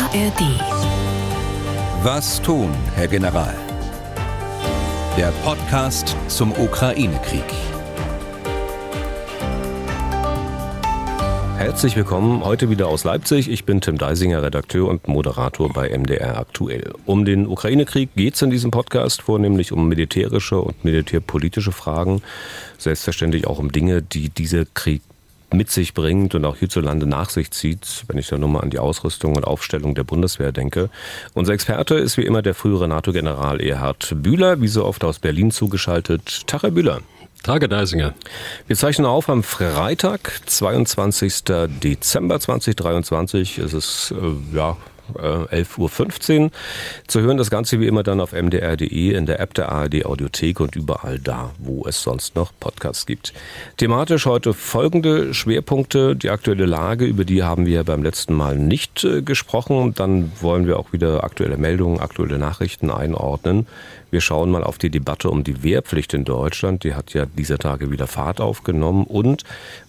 ARD. Was tun, Herr General? Der Podcast zum Ukraine-Krieg. Herzlich willkommen, heute wieder aus Leipzig. Ich bin Tim Deisinger, Redakteur und Moderator bei MDR Aktuell. Um den Ukraine-Krieg geht es in diesem Podcast vornehmlich um militärische und militärpolitische Fragen. Selbstverständlich auch um Dinge, die dieser Krieg mit sich bringt und auch hierzulande nach sich zieht, wenn ich da nur mal an die Ausrüstung und Aufstellung der Bundeswehr denke. Unser Experte ist wie immer der frühere NATO-General Erhard Bühler, wie so oft aus Berlin zugeschaltet. Tag, Herr Bühler. Tag, Herr Deisinger. Wir zeichnen auf am Freitag, 22. Dezember 2023. Es ist 11.15 Uhr. Zu hören das Ganze wie immer dann auf mdr.de, in der App der ARD Audiothek und überall da, wo es sonst noch Podcasts gibt. Thematisch heute folgende Schwerpunkte. Die aktuelle Lage, über die haben wir beim letzten Mal nicht gesprochen. Dann wollen wir auch wieder aktuelle Meldungen, aktuelle Nachrichten einordnen. Wir schauen mal auf die Debatte um die Wehrpflicht in Deutschland. Die hat ja dieser Tage wieder Fahrt aufgenommen. Und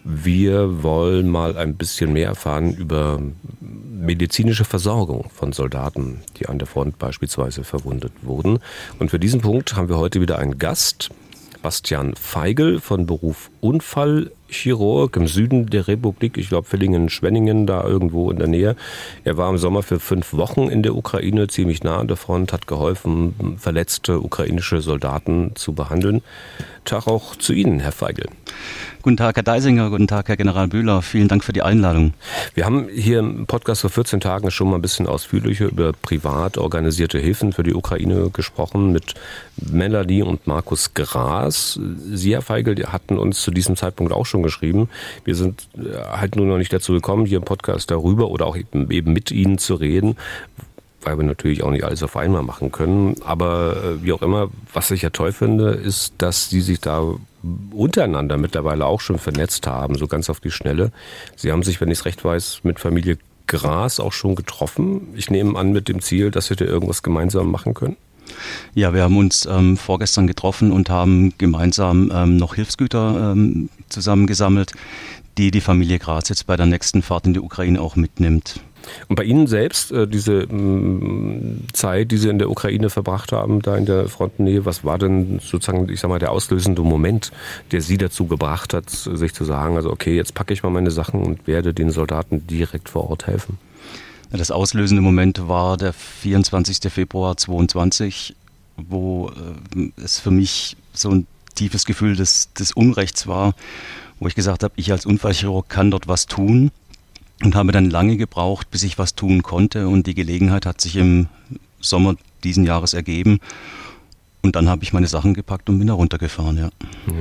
wir wollen mal ein bisschen mehr erfahren über medizinische Versorgung von Soldaten, die an der Front beispielsweise verwundet wurden. Und für diesen Punkt haben wir heute wieder einen Gast, Bastian Feigl, von Beruf Unfallchirurg im Süden der Republik, ich glaube Villingen-Schwenningen, da irgendwo in der Nähe. Er war im Sommer für 5 Wochen in der Ukraine, ziemlich nah an der Front, hat geholfen, verletzte ukrainische Soldaten zu behandeln. Tag auch zu Ihnen, Herr Feigl. Guten Tag, Herr Deisinger, guten Tag, Herr General Bühler. Vielen Dank für die Einladung. Wir haben hier im Podcast vor 14 Tagen schon mal ein bisschen ausführlicher über privat organisierte Hilfen für die Ukraine gesprochen mit Melanie und Markus Gras. Sie, Herr Feigl, hatten uns zu diesem Zeitpunkt auch schon geschrieben. Wir sind halt nur noch nicht dazu gekommen, hier im Podcast darüber oder auch eben mit Ihnen zu reden, weil wir natürlich auch nicht alles auf einmal machen können. Aber wie auch immer, was ich ja toll finde, ist, dass Sie sich da untereinander mittlerweile auch schon vernetzt haben, so ganz auf die Schnelle. Sie haben sich, wenn ich es recht weiß, mit Familie Gras auch schon getroffen. Ich nehme an, mit dem Ziel, dass Sie da irgendwas gemeinsam machen können. Ja, wir haben uns vorgestern getroffen und haben gemeinsam noch Hilfsgüter zusammengesammelt, die die Familie Gras jetzt bei der nächsten Fahrt in die Ukraine auch mitnimmt. Und bei Ihnen selbst, diese Zeit, die Sie in der Ukraine verbracht haben, da in der Frontnähe, was war denn sozusagen, ich sag mal, der auslösende Moment, der Sie dazu gebracht hat, sich zu sagen, also okay, jetzt packe ich mal meine Sachen und werde den Soldaten direkt vor Ort helfen? Das auslösende Moment war der 24. Februar 2022, wo es für mich so ein tiefes Gefühl des Unrechts war, wo ich gesagt habe, ich als Unfallchirurg kann dort was tun. Und habe dann lange gebraucht, bis ich was tun konnte. Und die Gelegenheit hat sich im Sommer diesen Jahres ergeben. Und dann habe ich meine Sachen gepackt und bin da runtergefahren, ja.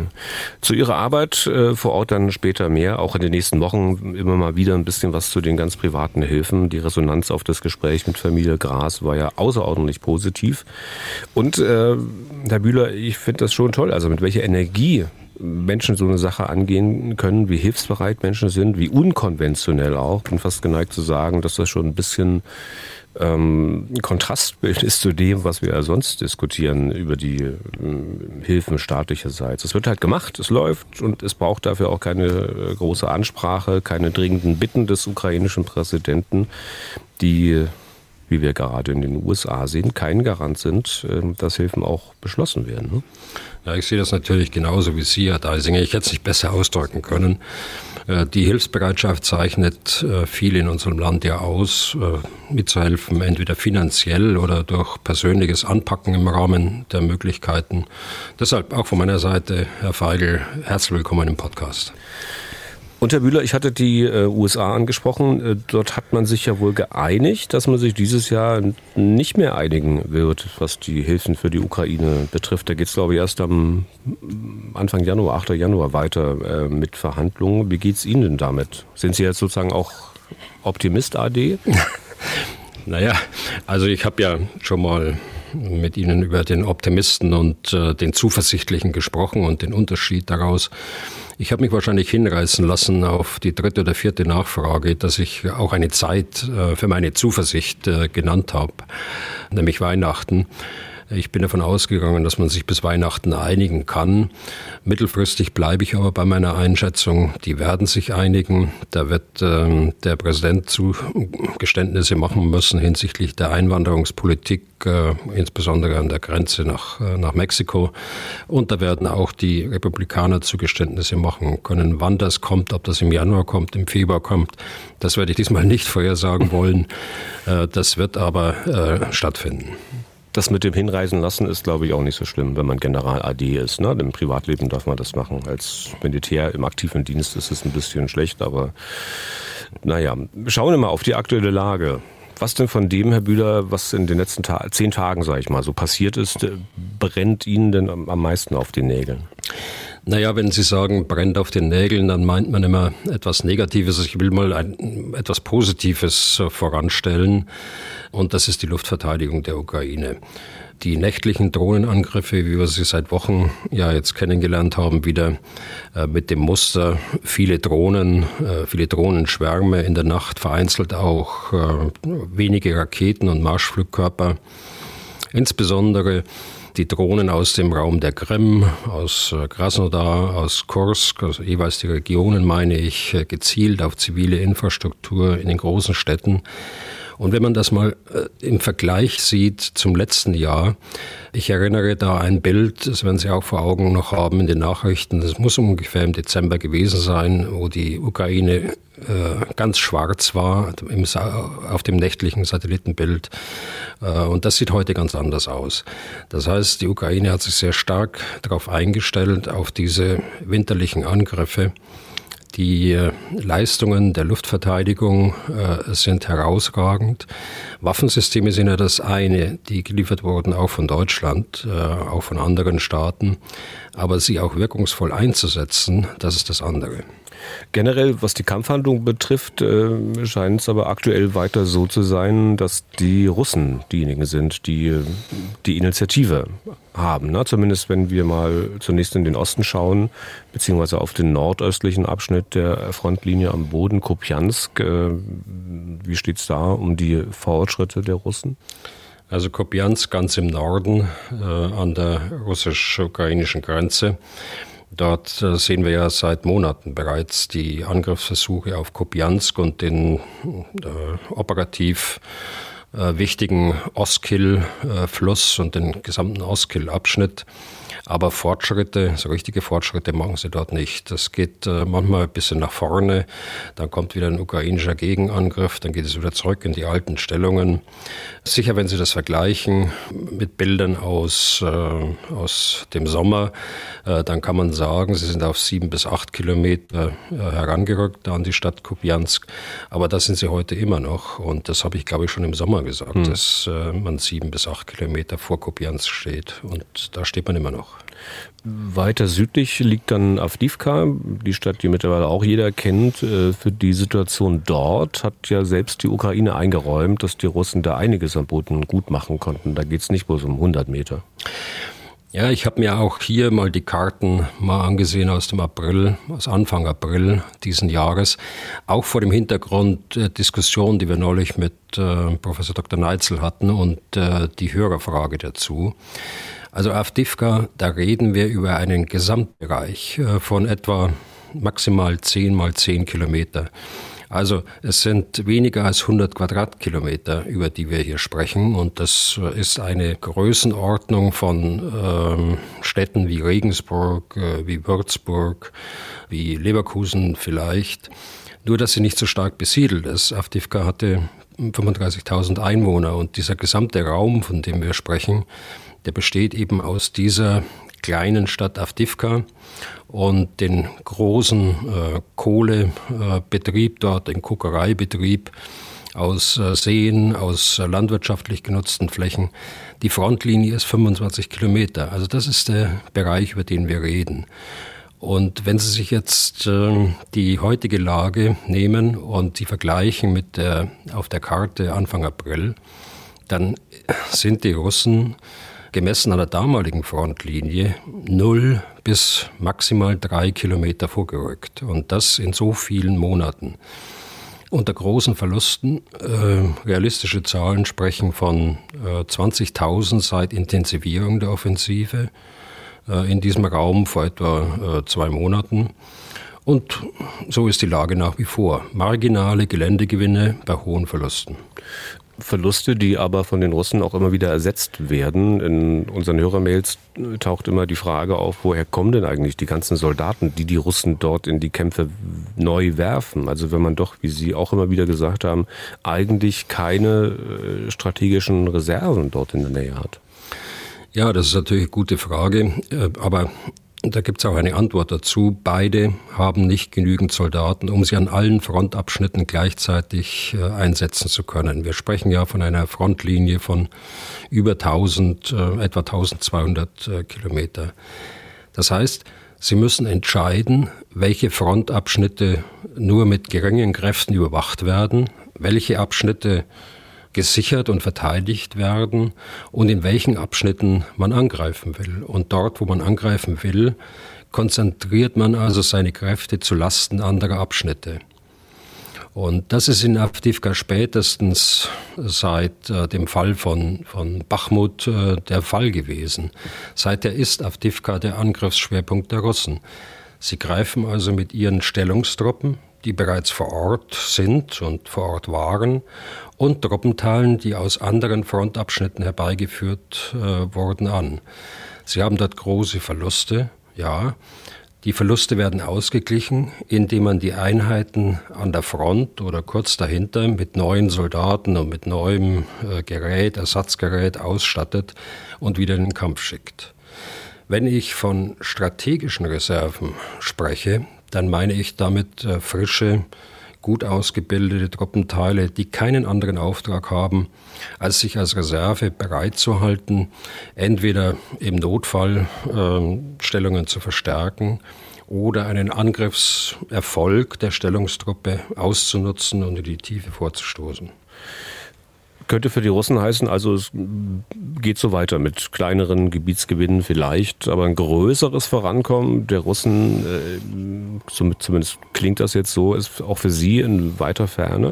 Zu Ihrer Arbeit vor Ort dann später mehr, auch in den nächsten Wochen immer mal wieder ein bisschen was zu den ganz privaten Hilfen. Die Resonanz auf das Gespräch mit Familie Gras war ja außerordentlich positiv. Und Herr Bühler, ich finde das schon toll, also mit welcher Energie Menschen so eine Sache angehen können, wie hilfsbereit Menschen sind, wie unkonventionell auch. Ich bin fast geneigt zu sagen, dass das schon ein bisschen Kontrastbild ist zu dem, was wir ja sonst diskutieren über die Hilfen staatlicherseits. Es wird halt gemacht, es läuft und es braucht dafür auch keine große Ansprache, keine dringenden Bitten des ukrainischen Präsidenten, die, wie wir gerade in den USA sehen, kein Garant sind, dass Hilfen auch beschlossen werden. Ne? Ja, ich sehe das natürlich genauso wie Sie, Herr Deisinger. Ich hätte es nicht besser ausdrücken können. Die Hilfsbereitschaft zeichnet viel in unserem Land ja aus, mitzuhelfen, entweder finanziell oder durch persönliches Anpacken im Rahmen der Möglichkeiten. Deshalb auch von meiner Seite, Herr Feigl, herzlich willkommen im Podcast. Und Herr Bühler, ich hatte die USA angesprochen. Dort hat man sich ja wohl geeinigt, dass man sich dieses Jahr nicht mehr einigen wird, was die Hilfen für die Ukraine betrifft. Da geht es, glaube ich, erst am Anfang Januar, 8. Januar weiter mit Verhandlungen. Wie geht es Ihnen denn damit? Sind Sie jetzt sozusagen auch Optimist AD? Naja, also ich habe ja schon mal mit Ihnen über den Optimisten und den Zuversichtlichen gesprochen und den Unterschied daraus. Ich habe mich wahrscheinlich hinreißen lassen auf die 3. oder 4. Nachfrage, dass ich auch eine Zeit für meine Zuversicht genannt habe, nämlich Weihnachten. Ich bin davon ausgegangen, dass man sich bis Weihnachten einigen kann. Mittelfristig bleibe ich aber bei meiner Einschätzung, die werden sich einigen. Da wird der Präsident Zugeständnisse machen müssen hinsichtlich der Einwanderungspolitik, insbesondere an der Grenze nach Mexiko. Und da werden auch die Republikaner Zugeständnisse machen können. Wann das kommt, ob das im Januar kommt, im Februar kommt, das werde ich diesmal nicht vorhersagen wollen. Das wird aber stattfinden. Das mit dem Hinreisen lassen ist, glaube ich, auch nicht so schlimm, wenn man General AD ist. Ne? Im Privatleben darf man das machen. Als Militär im aktiven Dienst ist es ein bisschen schlecht, aber naja, schauen wir mal auf die aktuelle Lage. Was denn von dem, Herr Bühler, was in den letzten 10 Tagen, sage ich mal, so passiert ist, brennt Ihnen denn am meisten auf den Nägeln? Naja, wenn Sie sagen, brennt auf den Nägeln, dann meint man immer etwas Negatives. Ich will mal etwas Positives voranstellen, und das ist die Luftverteidigung der Ukraine. Die nächtlichen Drohnenangriffe, wie wir sie seit Wochen ja jetzt kennengelernt haben, wieder mit dem Muster viele Drohnenschwärme in der Nacht, vereinzelt auch wenige Raketen und Marschflugkörper. Insbesondere die Drohnen aus dem Raum der Krim, aus Krasnodar, aus Kursk, also jeweils die Regionen, meine ich, gezielt auf zivile Infrastruktur in den großen Städten. Und wenn man das mal im Vergleich sieht zum letzten Jahr, ich erinnere da ein Bild, das werden Sie auch vor Augen noch haben in den Nachrichten, das muss ungefähr im Dezember gewesen sein, wo die Ukraine ganz schwarz war auf dem nächtlichen Satellitenbild. Und das sieht heute ganz anders aus. Das heißt, die Ukraine hat sich sehr stark darauf eingestellt, auf diese winterlichen Angriffe. Die Leistungen der Luftverteidigung sind herausragend. Waffensysteme sind ja das eine, die geliefert wurden auch von Deutschland, auch von anderen Staaten. Aber sie auch wirkungsvoll einzusetzen, das ist das andere. Generell, was die Kampfhandlung betrifft, scheint es aber aktuell weiter so zu sein, dass die Russen diejenigen sind, die die Initiative haben. Ne? Zumindest wenn wir mal zunächst in den Osten schauen, beziehungsweise auf den nordöstlichen Abschnitt der Frontlinie am Boden, Kupiansk. Wie steht es da um die Fortschritte der Russen? Also Kupiansk ganz im Norden an der russisch-ukrainischen Grenze. Dort sehen wir ja seit Monaten bereits die Angriffsversuche auf Kupiansk und den operativ wichtigen Oskil-Fluss und den gesamten Oskil-Abschnitt. Aber Fortschritte, so richtige Fortschritte machen sie dort nicht. Das geht manchmal ein bisschen nach vorne, dann kommt wieder ein ukrainischer Gegenangriff, dann geht es wieder zurück in die alten Stellungen. Sicher, wenn Sie das vergleichen mit Bildern aus dem Sommer, dann kann man sagen, sie sind auf 7 bis 8 Kilometer herangerückt an die Stadt Kupiansk. Aber da sind sie heute immer noch. Und das habe ich, glaube ich, schon im Sommer gesagt, dass man 7 bis 8 Kilometer vor Kupiansk steht. Und da steht man immer noch. Weiter südlich liegt dann Avdiivka, die Stadt, die mittlerweile auch jeder kennt. Für die Situation dort hat ja selbst die Ukraine eingeräumt, dass die Russen da einiges am Boden gut machen konnten. Da geht es nicht bloß um 100 Meter. Ja, ich habe mir auch hier mal die Karten angesehen aus Anfang April diesen Jahres. Auch vor dem Hintergrund der Diskussion, die wir neulich mit Professor Dr. Neitzel hatten und die Hörerfrage dazu. Also Avdiivka, da reden wir über einen Gesamtbereich von etwa maximal 10 mal 10 Kilometer. Also es sind weniger als 100 Quadratkilometer, über die wir hier sprechen. Und das ist eine Größenordnung von Städten wie Regensburg, wie Würzburg, wie Leverkusen vielleicht. Nur, dass sie nicht so stark besiedelt ist. Avdiivka hatte 35.000 Einwohner und dieser gesamte Raum, von dem wir sprechen, der besteht eben aus dieser kleinen Stadt Avdiivka und den großen Kohlebetrieb dort, den Kokereibetrieb aus Seen, aus landwirtschaftlich genutzten Flächen. Die Frontlinie ist 25 Kilometer. Also das ist der Bereich, über den wir reden. Und wenn Sie sich jetzt die heutige Lage nehmen und die vergleichen mit auf der Karte Anfang April, dann sind die Russen gemessen an der damaligen Frontlinie 0 bis maximal 3 Kilometer vorgerückt. Und das in so vielen Monaten. unter großen Verlusten. Realistische Zahlen sprechen von 20.000 seit Intensivierung der Offensive in diesem Raum vor etwa 2 Monaten. Und so ist die Lage nach wie vor. Marginale Geländegewinne bei hohen Verlusten. Verluste, die aber von den Russen auch immer wieder ersetzt werden. In unseren Hörermails taucht immer die Frage auf, woher kommen denn eigentlich die ganzen Soldaten, die Russen dort in die Kämpfe neu werfen? Also wenn man doch, wie Sie auch immer wieder gesagt haben, eigentlich keine strategischen Reserven dort in der Nähe hat. Ja, das ist natürlich eine gute Frage, aber da gibt es auch eine Antwort dazu. Beide haben nicht genügend Soldaten, um sie an allen Frontabschnitten gleichzeitig einsetzen zu können. Wir sprechen ja von einer Frontlinie von über etwa 1200 Kilometer. Das heißt, sie müssen entscheiden, welche Frontabschnitte nur mit geringen Kräften überwacht werden, welche Abschnitte gesichert und verteidigt werden und in welchen Abschnitten man angreifen will. Und dort, wo man angreifen will, konzentriert man also seine Kräfte zu Lasten anderer Abschnitte. Und das ist in Awdijiwka spätestens seit dem Fall von Bachmut der Fall gewesen. Seither ist Awdijiwka der Angriffsschwerpunkt der Russen. Sie greifen also mit ihren Stellungstruppen, die bereits vor Ort sind und vor Ort waren, und Truppenteilen, die aus anderen Frontabschnitten herbeigeführt wurden, an. Sie haben dort große Verluste, ja. Die Verluste werden ausgeglichen, indem man die Einheiten an der Front oder kurz dahinter mit neuen Soldaten und mit neuem Gerät, Ersatzgerät ausstattet und wieder in den Kampf schickt. Wenn ich von strategischen Reserven spreche, dann meine ich damit frische, gut ausgebildete Truppenteile, die keinen anderen Auftrag haben, als sich als Reserve bereit zu halten, entweder im Notfall Stellungen zu verstärken oder einen Angriffserfolg der Stellungstruppe auszunutzen und in die Tiefe vorzustoßen. Könnte für die Russen heißen, also es geht so weiter mit kleineren Gebietsgewinnen vielleicht, aber ein größeres Vorankommen der Russen, zumindest klingt das jetzt so, ist auch für Sie in weiter Ferne?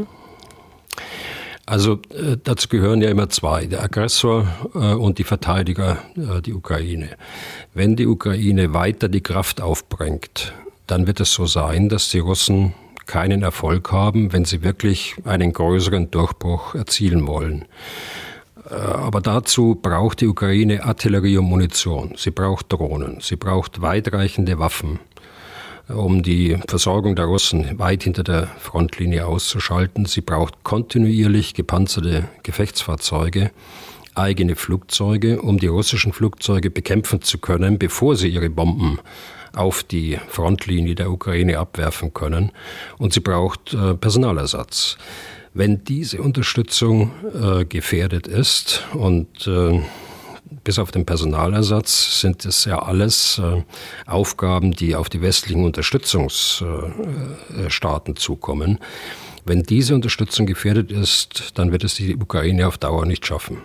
Also dazu gehören ja immer zwei, der Aggressor und die Verteidiger, die Ukraine. Wenn die Ukraine weiter die Kraft aufbringt, dann wird es so sein, dass die Russen keinen Erfolg haben, wenn sie wirklich einen größeren Durchbruch erzielen wollen. Aber dazu braucht die Ukraine Artillerie und Munition. Sie braucht Drohnen. Sie braucht weitreichende Waffen, um die Versorgung der Russen weit hinter der Frontlinie auszuschalten. Sie braucht kontinuierlich gepanzerte Gefechtsfahrzeuge, eigene Flugzeuge, um die russischen Flugzeuge bekämpfen zu können, bevor sie ihre Bomben auf die Frontlinie der Ukraine abwerfen können. Und sie braucht Personalersatz. Wenn diese Unterstützung gefährdet ist und bis auf den Personalersatz sind es ja alles Aufgaben, die auf die westlichen Unterstützungsstaaten zukommen. Wenn diese Unterstützung gefährdet ist, dann wird es die Ukraine auf Dauer nicht schaffen.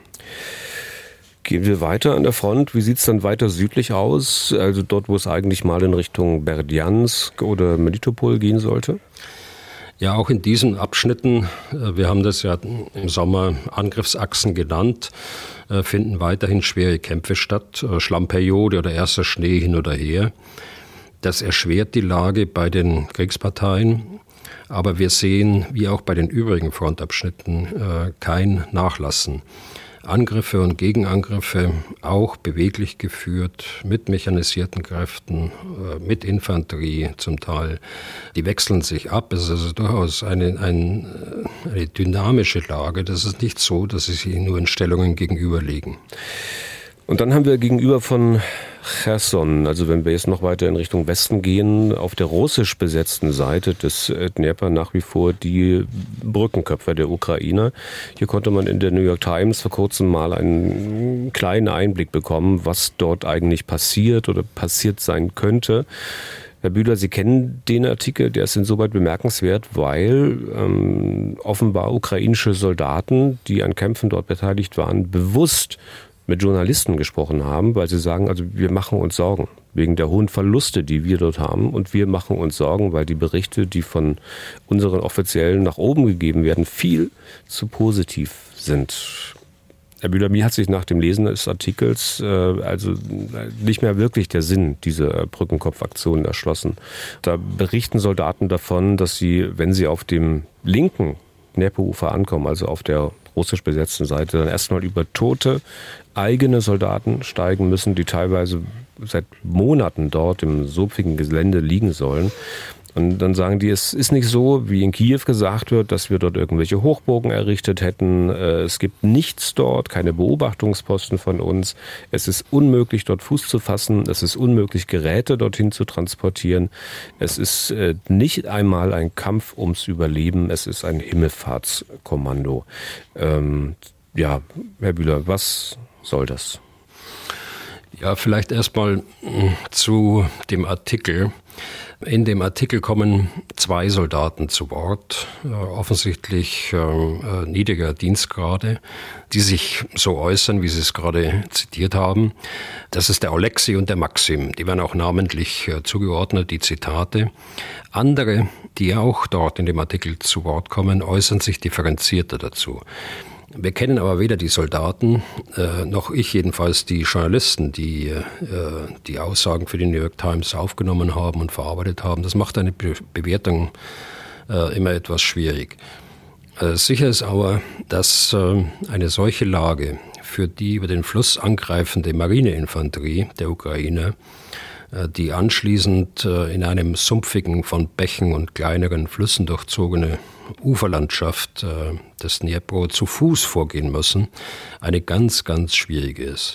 Gehen wir weiter an der Front. Wie sieht es dann weiter südlich aus? Also dort, wo es eigentlich mal in Richtung Berdjansk oder Melitopol gehen sollte? Ja, auch in diesen Abschnitten, wir haben das ja im Sommer Angriffsachsen genannt, finden weiterhin schwere Kämpfe statt. Schlammperiode oder erster Schnee hin oder her. Das erschwert die Lage bei den Kriegsparteien. Aber wir sehen, wie auch bei den übrigen Frontabschnitten, kein Nachlassen. Angriffe und Gegenangriffe auch beweglich geführt, mit mechanisierten Kräften, mit Infanterie zum Teil. Die wechseln sich ab. Es ist also durchaus eine dynamische Lage. Das ist nicht so, dass sie sich nur in Stellungen gegenüberliegen. Und dann haben wir gegenüber von Cherson, also wenn wir jetzt noch weiter in Richtung Westen gehen, auf der russisch besetzten Seite des Dnepr nach wie vor die Brückenköpfe der Ukrainer. Hier konnte man in der New York Times vor kurzem mal einen kleinen Einblick bekommen, was dort eigentlich passiert oder passiert sein könnte. Herr Bühler, Sie kennen den Artikel, der ist insoweit bemerkenswert, weil offenbar ukrainische Soldaten, die an Kämpfen dort beteiligt waren, bewusst mit Journalisten gesprochen haben, weil sie sagen, also wir machen uns Sorgen. wegen der hohen Verluste, die wir dort haben. Und wir machen uns Sorgen, weil die Berichte, die von unseren Offiziellen nach oben gegeben werden, viel zu positiv sind. Herr Bühler, mir hat sich nach dem Lesen des Artikels also nicht mehr wirklich der Sinn dieser Brückenkopfaktion erschlossen. Da berichten Soldaten davon, dass sie, wenn sie auf dem linken Dneprufer ankommen, also auf der russisch besetzten Seite, dann erstmal über tote eigene Soldaten steigen müssen, die teilweise seit Monaten dort im sumpfigen Gelände liegen sollen. Und dann sagen die, es ist nicht so, wie in Kiew gesagt wird, dass wir dort irgendwelche Hochburgen errichtet hätten. Es gibt nichts dort, keine Beobachtungsposten von uns. Es ist unmöglich, dort Fuß zu fassen. Es ist unmöglich, Geräte dorthin zu transportieren. Es ist nicht einmal ein Kampf ums Überleben. Es ist ein Himmelfahrtskommando. Ja, Herr Bühler, was soll das? Ja, vielleicht erstmal zu dem Artikel. In dem Artikel kommen 2 Soldaten zu Wort, offensichtlich niedriger Dienstgrade, die sich so äußern, wie Sie es gerade zitiert haben. Das ist der Alexei und der Maxim. Die werden auch namentlich zugeordnet, die Zitate. Andere, die auch dort in dem Artikel zu Wort kommen, äußern sich differenzierter dazu. Wir kennen aber weder die Soldaten, noch ich jedenfalls die Journalisten, die die Aussagen für die New York Times aufgenommen haben und verarbeitet haben. Das macht eine Bewertung immer etwas schwierig. Sicher ist aber, dass eine solche Lage für die über den Fluss angreifende Marineinfanterie der Ukraine, die anschließend in einem sumpfigen, von Bächen und kleineren Flüssen durchzogene Uferlandschaft des Dnipro zu Fuß vorgehen müssen, eine ganz, ganz schwierige ist.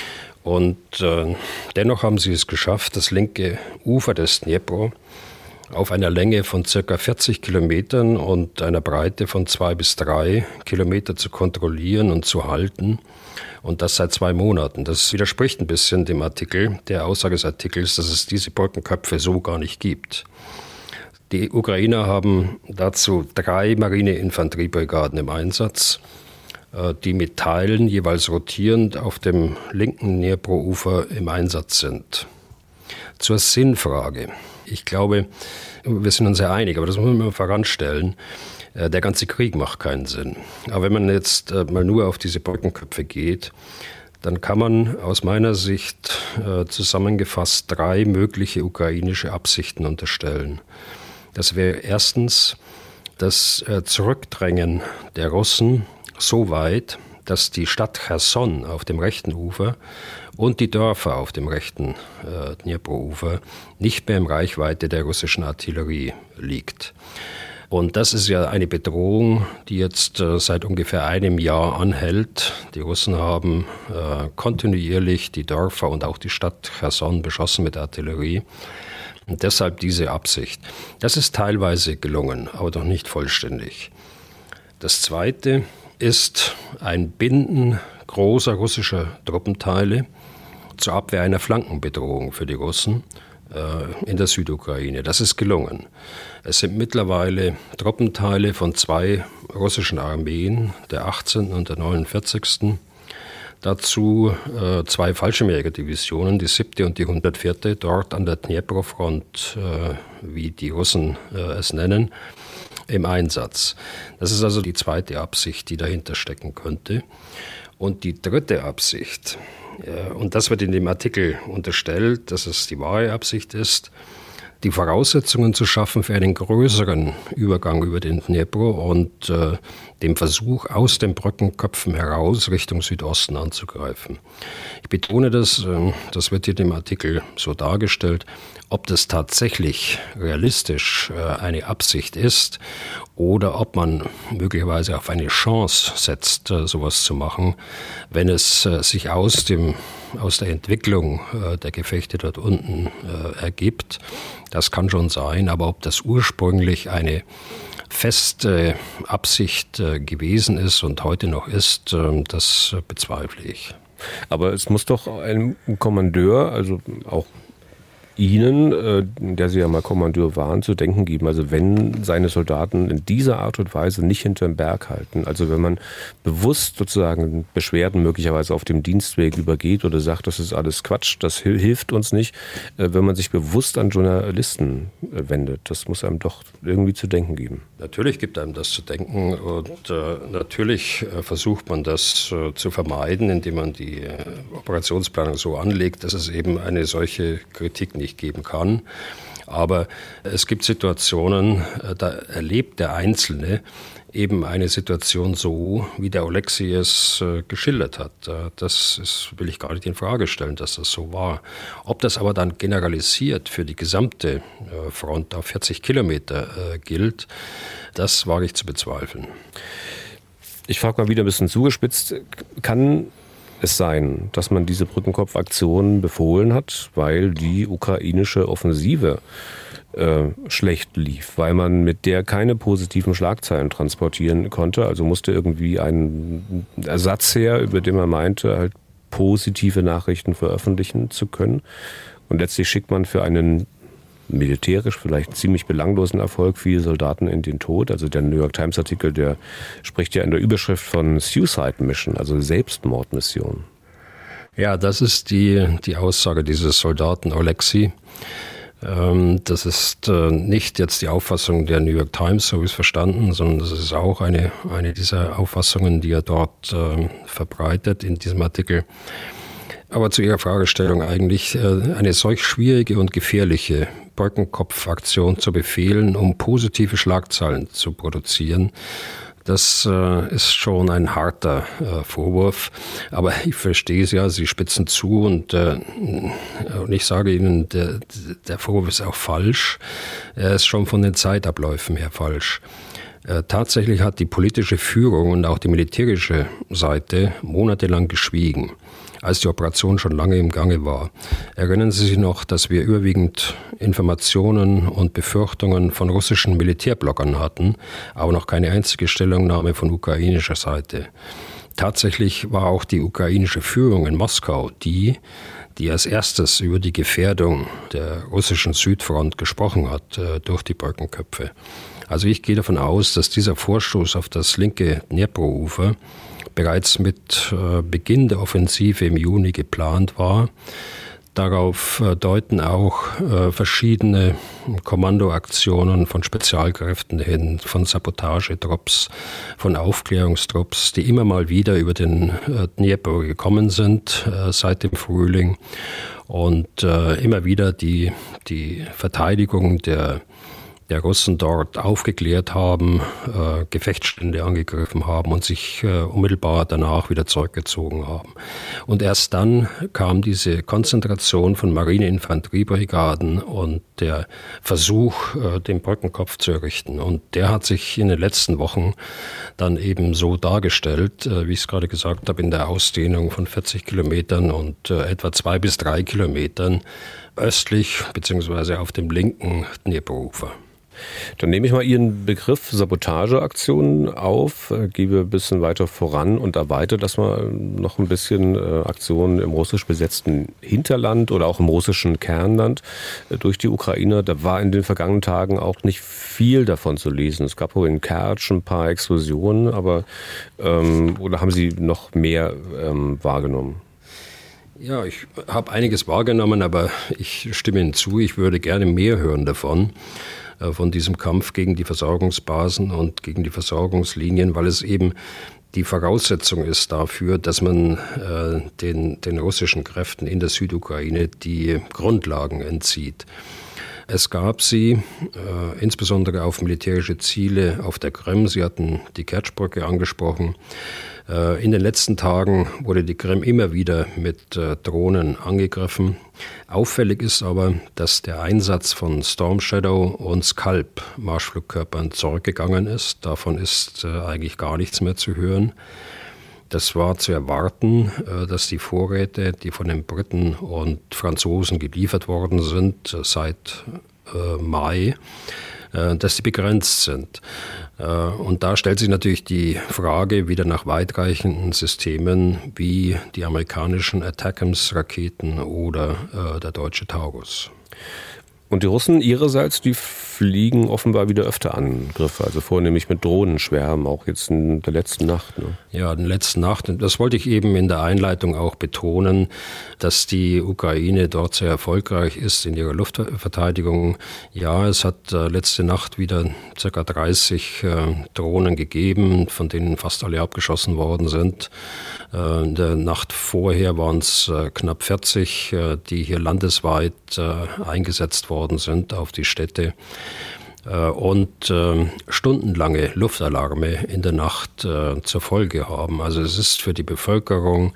Und dennoch haben sie es geschafft, das linke Ufer des Dnipro auf einer Länge von ca. 40 Kilometern und einer Breite von 2 bis 3 Kilometer zu kontrollieren und zu halten. Und das seit 2 Monaten. Das widerspricht ein bisschen dem Artikel, der Aussage des Artikels, dass es diese Brückenköpfe so gar nicht gibt. Die Ukrainer haben dazu 3 Marineinfanteriebrigaden im Einsatz, die mit Teilen jeweils rotierend auf dem linken Dnipro-Ufer im Einsatz sind. Zur Sinnfrage. Ich glaube, wir sind uns sehr einig, aber das muss man mal voranstellen. Der ganze Krieg macht keinen Sinn. Aber wenn man jetzt mal nur auf diese Brückenköpfe geht, dann kann man aus meiner Sicht zusammengefasst 3 mögliche ukrainische Absichten unterstellen. Das wäre erstens das Zurückdrängen der Russen so weit, dass die Stadt Cherson auf dem rechten Ufer und die Dörfer auf dem rechten Dnipro-Ufer nicht mehr in Reichweite der russischen Artillerie liegt. Und das ist ja eine Bedrohung, die jetzt seit ungefähr einem Jahr anhält. Die Russen haben kontinuierlich die Dörfer und auch die Stadt Cherson beschossen mit Artillerie. Und deshalb diese Absicht. Das ist teilweise gelungen, aber doch nicht vollständig. Das Zweite ist ein Binden großer russischer Truppenteile zur Abwehr einer Flankenbedrohung für die Russen in der Südukraine. Das ist gelungen. Es sind mittlerweile Truppenteile von 2 russischen Armeen, der 18. und der 49. Dazu 2 Fallschirmjägerdivisionen, die 7. und die 104. dort an der Dnipro-Front, wie die Russen es nennen, im Einsatz. Das ist also die zweite Absicht, die dahinter stecken könnte. Und die dritte Absicht, und das wird in dem Artikel unterstellt, dass es die wahre Absicht ist, die Voraussetzungen zu schaffen für einen größeren Übergang über den Dnipro und dem Versuch, aus den Brückenköpfen heraus Richtung Südosten anzugreifen. Ich betone das, das wird hier in dem Artikel so dargestellt, ob das tatsächlich realistisch eine Absicht ist oder ob man möglicherweise auf eine Chance setzt, sowas zu machen, wenn es sich aus der Entwicklung der Gefechte dort unten ergibt. Das kann schon sein, aber ob das ursprünglich eine feste Absicht gewesen ist und heute noch ist, das bezweifle ich. Aber es muss doch ein Kommandeur, also auch Ihnen, der Sie ja mal Kommandeur waren, zu denken geben. Also wenn seine Soldaten in dieser Art und Weise nicht hinterm Berg halten, also wenn man bewusst sozusagen Beschwerden möglicherweise auf dem Dienstweg übergeht oder sagt, das ist alles Quatsch, das hilft uns nicht, wenn man sich bewusst an Journalisten wendet, das muss einem doch irgendwie zu denken geben. Natürlich gibt einem das zu denken und natürlich versucht man das zu vermeiden, indem man die Operationsplanung so anlegt, dass es eben eine solche Kritik nicht geben kann. Aber es gibt Situationen, da erlebt der Einzelne eben eine Situation so, wie der Oleksiy es geschildert hat. Das will ich gar nicht in Frage stellen, dass das so war. Ob das aber dann generalisiert für die gesamte Front auf 40 Kilometer gilt, das wage ich zu bezweifeln. Ich frage mal wieder ein bisschen zugespitzt, kann es sein, dass man diese Brückenkopfaktion befohlen hat, weil die ukrainische Offensive schlecht lief, weil man mit der keine positiven Schlagzeilen transportieren konnte. Also musste irgendwie ein Ersatz her, über den man meinte, halt positive Nachrichten veröffentlichen zu können. Und letztlich schickt man für einen militärisch vielleicht ziemlich belanglosen Erfolg viele Soldaten in den Tod. Also der New York Times Artikel, der spricht ja in der Überschrift von Suicide Mission, also Selbstmordmission. Ja, das ist die Aussage dieses Soldaten Oleksiy. Das ist nicht jetzt die Auffassung der New York Times, so wie es verstanden, sondern das ist auch eine dieser Auffassungen, die er dort verbreitet in diesem Artikel. Aber zu Ihrer Fragestellung eigentlich, eine solch schwierige und gefährliche Brückenkopfaktion zu befehlen, um positive Schlagzeilen zu produzieren, das ist schon ein harter Vorwurf. Aber ich verstehe es ja, Sie spitzen zu und ich sage Ihnen, der Vorwurf ist auch falsch. Er ist schon von den Zeitabläufen her falsch. Tatsächlich hat die politische Führung und auch die militärische Seite monatelang geschwiegen, als die Operation schon lange im Gange war. Erinnern Sie sich noch, dass wir überwiegend Informationen und Befürchtungen von russischen Militärbloggern hatten, aber noch keine einzige Stellungnahme von ukrainischer Seite. Tatsächlich war auch die ukrainische Führung in Moskau die als erstes über die Gefährdung der russischen Südfront gesprochen hat durch die Brückenköpfe. Also ich gehe davon aus, dass dieser Vorstoß auf das linke Dnipro-Ufer bereits mit Beginn der Offensive im Juni geplant war. Darauf deuten auch verschiedene Kommandoaktionen von Spezialkräften hin, von Sabotagetrupps, von Aufklärungstrupps, die immer mal wieder über den Dnipro gekommen sind seit dem Frühling und immer wieder die Verteidigung der Russen dort aufgeklärt haben, Gefechtsstände angegriffen haben und sich unmittelbar danach wieder zurückgezogen haben. Und erst dann kam diese Konzentration von Marineinfanteriebrigaden und der Versuch, den Brückenkopf zu errichten. Und der hat sich in den letzten Wochen dann eben so dargestellt, wie ich es gerade gesagt habe, in der Ausdehnung von 40 Kilometern und etwa 2 bis 3 Kilometern östlich bzw. auf dem linken Dnipro-Ufer. Dann nehme ich mal Ihren Begriff Sabotageaktionen auf, gebe ein bisschen weiter voran und erweitere das mal noch ein bisschen Aktionen im russisch besetzten Hinterland oder auch im russischen Kernland durch die Ukrainer. Da war in den vergangenen Tagen auch nicht viel davon zu lesen. Es gab wohl in Kertsch ein paar Explosionen, aber oder haben Sie noch mehr wahrgenommen? Ja, ich habe einiges wahrgenommen, aber ich stimme Ihnen zu, ich würde gerne mehr hören davon diesem Kampf gegen die Versorgungsbasen und gegen die Versorgungslinien, weil es eben die Voraussetzung ist dafür, dass man den russischen Kräften in der Südukraine die Grundlagen entzieht. Es gab sie, insbesondere auf militärische Ziele auf der Krim. Sie hatten die Kertschbrücke angesprochen. In den letzten Tagen wurde die Krim immer wieder mit Drohnen angegriffen. Auffällig ist aber, dass der Einsatz von Storm Shadow und Scalp Marschflugkörpern zurückgegangen ist. Davon ist eigentlich gar nichts mehr zu hören. Das war zu erwarten, dass die Vorräte, die von den Briten und Franzosen geliefert worden sind seit Mai, dass die begrenzt sind. Und da stellt sich natürlich die Frage wieder nach weitreichenden Systemen wie die amerikanischen ATACMS-Raketen oder der deutsche Taurus. Und die Russen ihrerseits, die fliegen offenbar wieder öfter Angriffe, also vornehmlich mit Drohnenschwärmen, auch jetzt in der letzten Nacht. Ne? Ja, in der letzten Nacht. Das wollte ich eben in der Einleitung auch betonen, dass die Ukraine dort sehr erfolgreich ist in ihrer Luftverteidigung. Ja, es hat letzte Nacht wieder ca. 30 Drohnen gegeben, von denen fast alle abgeschossen worden sind. In der Nacht vorher waren es knapp 40, die hier landesweit eingesetzt worden sind auf die Städte. Und stundenlange Luftalarme in der Nacht zur Folge haben. Also es ist für die Bevölkerung,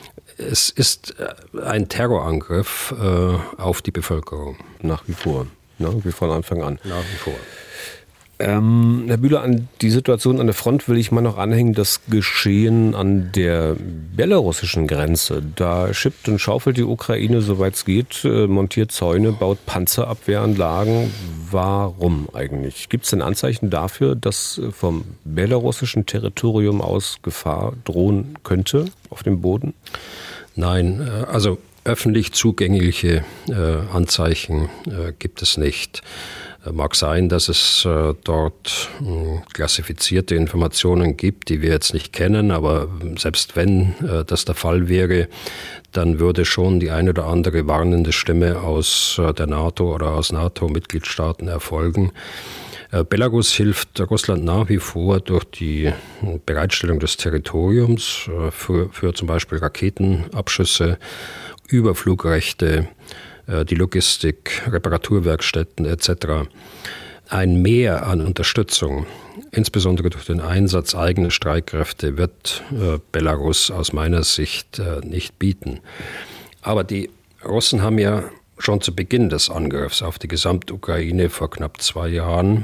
es ist ein Terrorangriff auf die Bevölkerung. Nach wie vor, ne? Wie von Anfang an. Nach wie vor. Herr Bühler, an die Situation an der Front will ich mal noch anhängen, das Geschehen an der belarussischen Grenze. Da schippt und schaufelt die Ukraine, soweit es geht, montiert Zäune, baut Panzerabwehranlagen. Warum eigentlich? Gibt es denn Anzeichen dafür, dass vom belarussischen Territorium aus Gefahr drohen könnte auf dem Boden? Nein, also öffentlich zugängliche Anzeichen gibt es nicht. Mag sein, dass es dort klassifizierte Informationen gibt, die wir jetzt nicht kennen, aber selbst wenn das der Fall wäre, dann würde schon die eine oder andere warnende Stimme aus der NATO oder aus NATO-Mitgliedstaaten erfolgen. Belarus hilft Russland nach wie vor durch die Bereitstellung des Territoriums für zum Beispiel Raketenabschüsse, Überflugrechte, die Logistik, Reparaturwerkstätten etc. Ein Mehr an Unterstützung, insbesondere durch den Einsatz eigener Streitkräfte, wird Belarus aus meiner Sicht nicht bieten. Aber die Russen haben ja schon zu Beginn des Angriffs auf die Gesamtukraine vor knapp 2 Jahren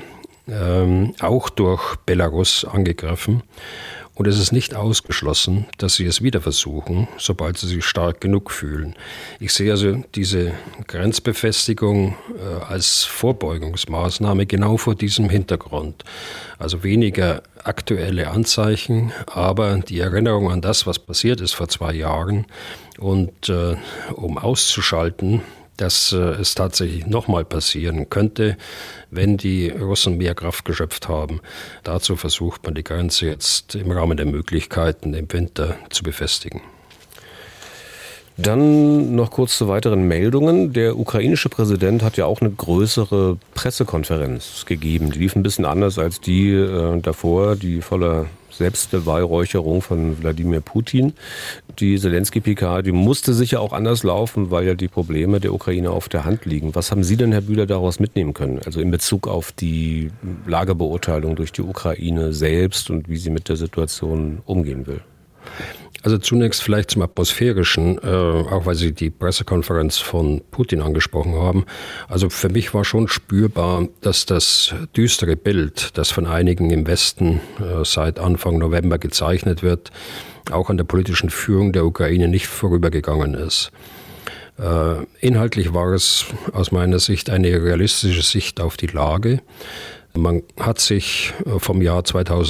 auch durch Belarus angegriffen. Und es ist nicht ausgeschlossen, dass sie es wieder versuchen, sobald sie sich stark genug fühlen. Ich sehe also diese Grenzbefestigung als Vorbeugungsmaßnahme genau vor diesem Hintergrund. Also weniger aktuelle Anzeichen, aber die Erinnerung an das, was passiert ist vor 2 Jahren. Und um auszuschalten, dass es tatsächlich nochmal passieren könnte, wenn die Russen mehr Kraft geschöpft haben. Dazu versucht man die Grenze jetzt im Rahmen der Möglichkeiten im Winter zu befestigen. Dann noch kurz zu weiteren Meldungen. Der ukrainische Präsident hat ja auch eine größere Pressekonferenz gegeben. Die lief ein bisschen anders als die davor, die voller Selbstbeweihräucherung von Wladimir Putin. Die Zelensky-PK, die musste sicher auch anders laufen, weil ja die Probleme der Ukraine auf der Hand liegen. Was haben Sie denn, Herr Bühler, daraus mitnehmen können? Also in Bezug auf die Lagebeurteilung durch die Ukraine selbst und wie sie mit der Situation umgehen will? Also zunächst vielleicht zum Atmosphärischen, auch weil Sie die Pressekonferenz von Putin angesprochen haben. Also für mich war schon spürbar, dass das düstere Bild, das von einigen im Westen seit Anfang November gezeichnet wird, auch an der politischen Führung der Ukraine nicht vorübergegangen ist. Inhaltlich war es aus meiner Sicht eine realistische Sicht auf die Lage. Man hat sich vom Jahr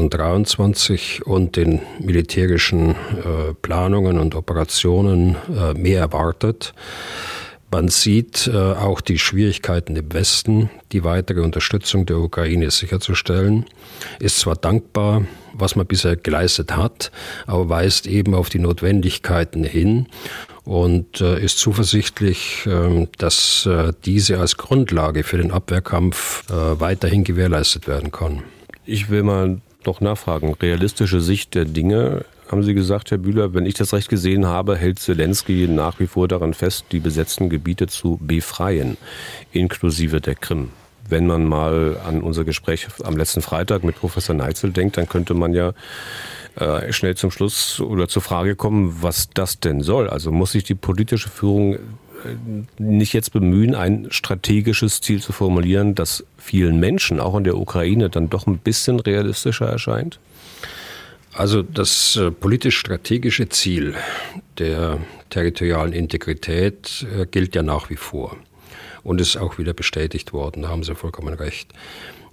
2023 und den militärischen Planungen und Operationen mehr erwartet. Man sieht auch die Schwierigkeiten im Westen, die weitere Unterstützung der Ukraine sicherzustellen. Ist zwar dankbar, was man bisher geleistet hat, aber weist eben auf die Notwendigkeiten hin und ist zuversichtlich, dass diese als Grundlage für den Abwehrkampf weiterhin gewährleistet werden kann. Ich will mal noch nachfragen. Realistische Sicht der Dinge, haben Sie gesagt, Herr Bühler, wenn ich das recht gesehen habe, hält Zelensky nach wie vor daran fest, die besetzten Gebiete zu befreien, inklusive der Krim. Wenn man mal an unser Gespräch am letzten Freitag mit Professor Neitzel denkt, dann könnte man ja schnell zum Schluss oder zur Frage kommen, was das denn soll. Also muss sich die politische Führung nicht jetzt bemühen, ein strategisches Ziel zu formulieren, das vielen Menschen, auch in der Ukraine, dann doch ein bisschen realistischer erscheint? Also das politisch-strategische Ziel der territorialen Integrität gilt ja nach wie vor und ist auch wieder bestätigt worden, da haben Sie vollkommen recht.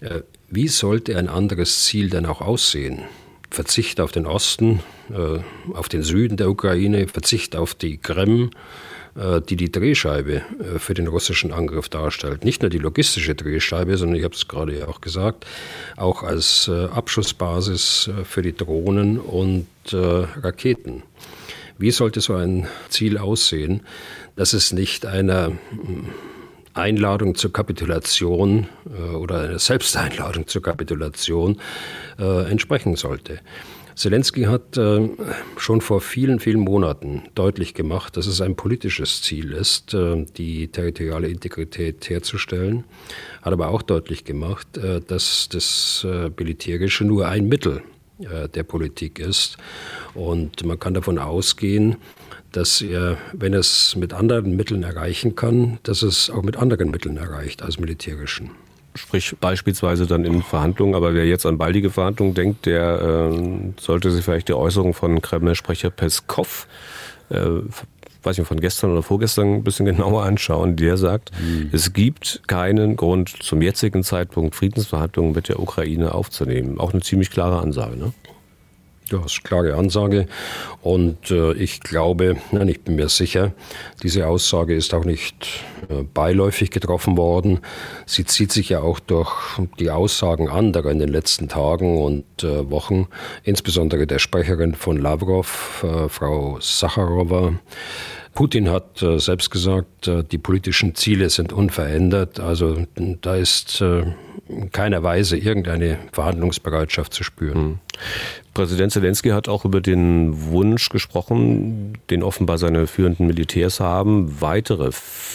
Wie sollte ein anderes Ziel denn auch aussehen? Verzicht auf den Osten, auf den Süden der Ukraine, Verzicht auf die Krim, die Drehscheibe für den russischen Angriff darstellt. Nicht nur die logistische Drehscheibe, sondern ich habe es gerade auch gesagt, auch als Abschussbasis für die Drohnen und Raketen. Wie sollte so ein Ziel aussehen, dass es nicht einer Einladung zur Kapitulation oder einer Selbsteinladung zur Kapitulation entsprechen sollte? Zelensky hat schon vor vielen, vielen Monaten deutlich gemacht, dass es ein politisches Ziel ist, die territoriale Integrität herzustellen, hat aber auch deutlich gemacht, dass das Militärische nur ein Mittel der Politik ist. Und man kann davon ausgehen, dass er, wenn es mit anderen Mitteln erreichen kann, dass es auch mit anderen Mitteln erreicht als militärischen. Sprich beispielsweise dann in Verhandlungen, aber wer jetzt an baldige Verhandlungen denkt, der sollte sich vielleicht die Äußerung von Kreml-Sprecher Peskov, weiß nicht, von gestern oder vorgestern ein bisschen genauer anschauen. Der sagt, es gibt keinen Grund, zum jetzigen Zeitpunkt Friedensverhandlungen mit der Ukraine aufzunehmen. Auch eine ziemlich klare Ansage, ne? Ja, das ist eine klare Ansage und ich glaube, ich bin mir sicher, diese Aussage ist auch nicht beiläufig getroffen worden. Sie zieht sich ja auch durch die Aussagen anderer in den letzten Tagen und Wochen, insbesondere der Sprecherin von Lavrov, Frau Sacharowa. Putin hat selbst gesagt, die politischen Ziele sind unverändert. Also da ist in keiner Weise irgendeine Verhandlungsbereitschaft zu spüren. Präsident Zelensky hat auch über den Wunsch gesprochen, den offenbar seine führenden Militärs haben, weitere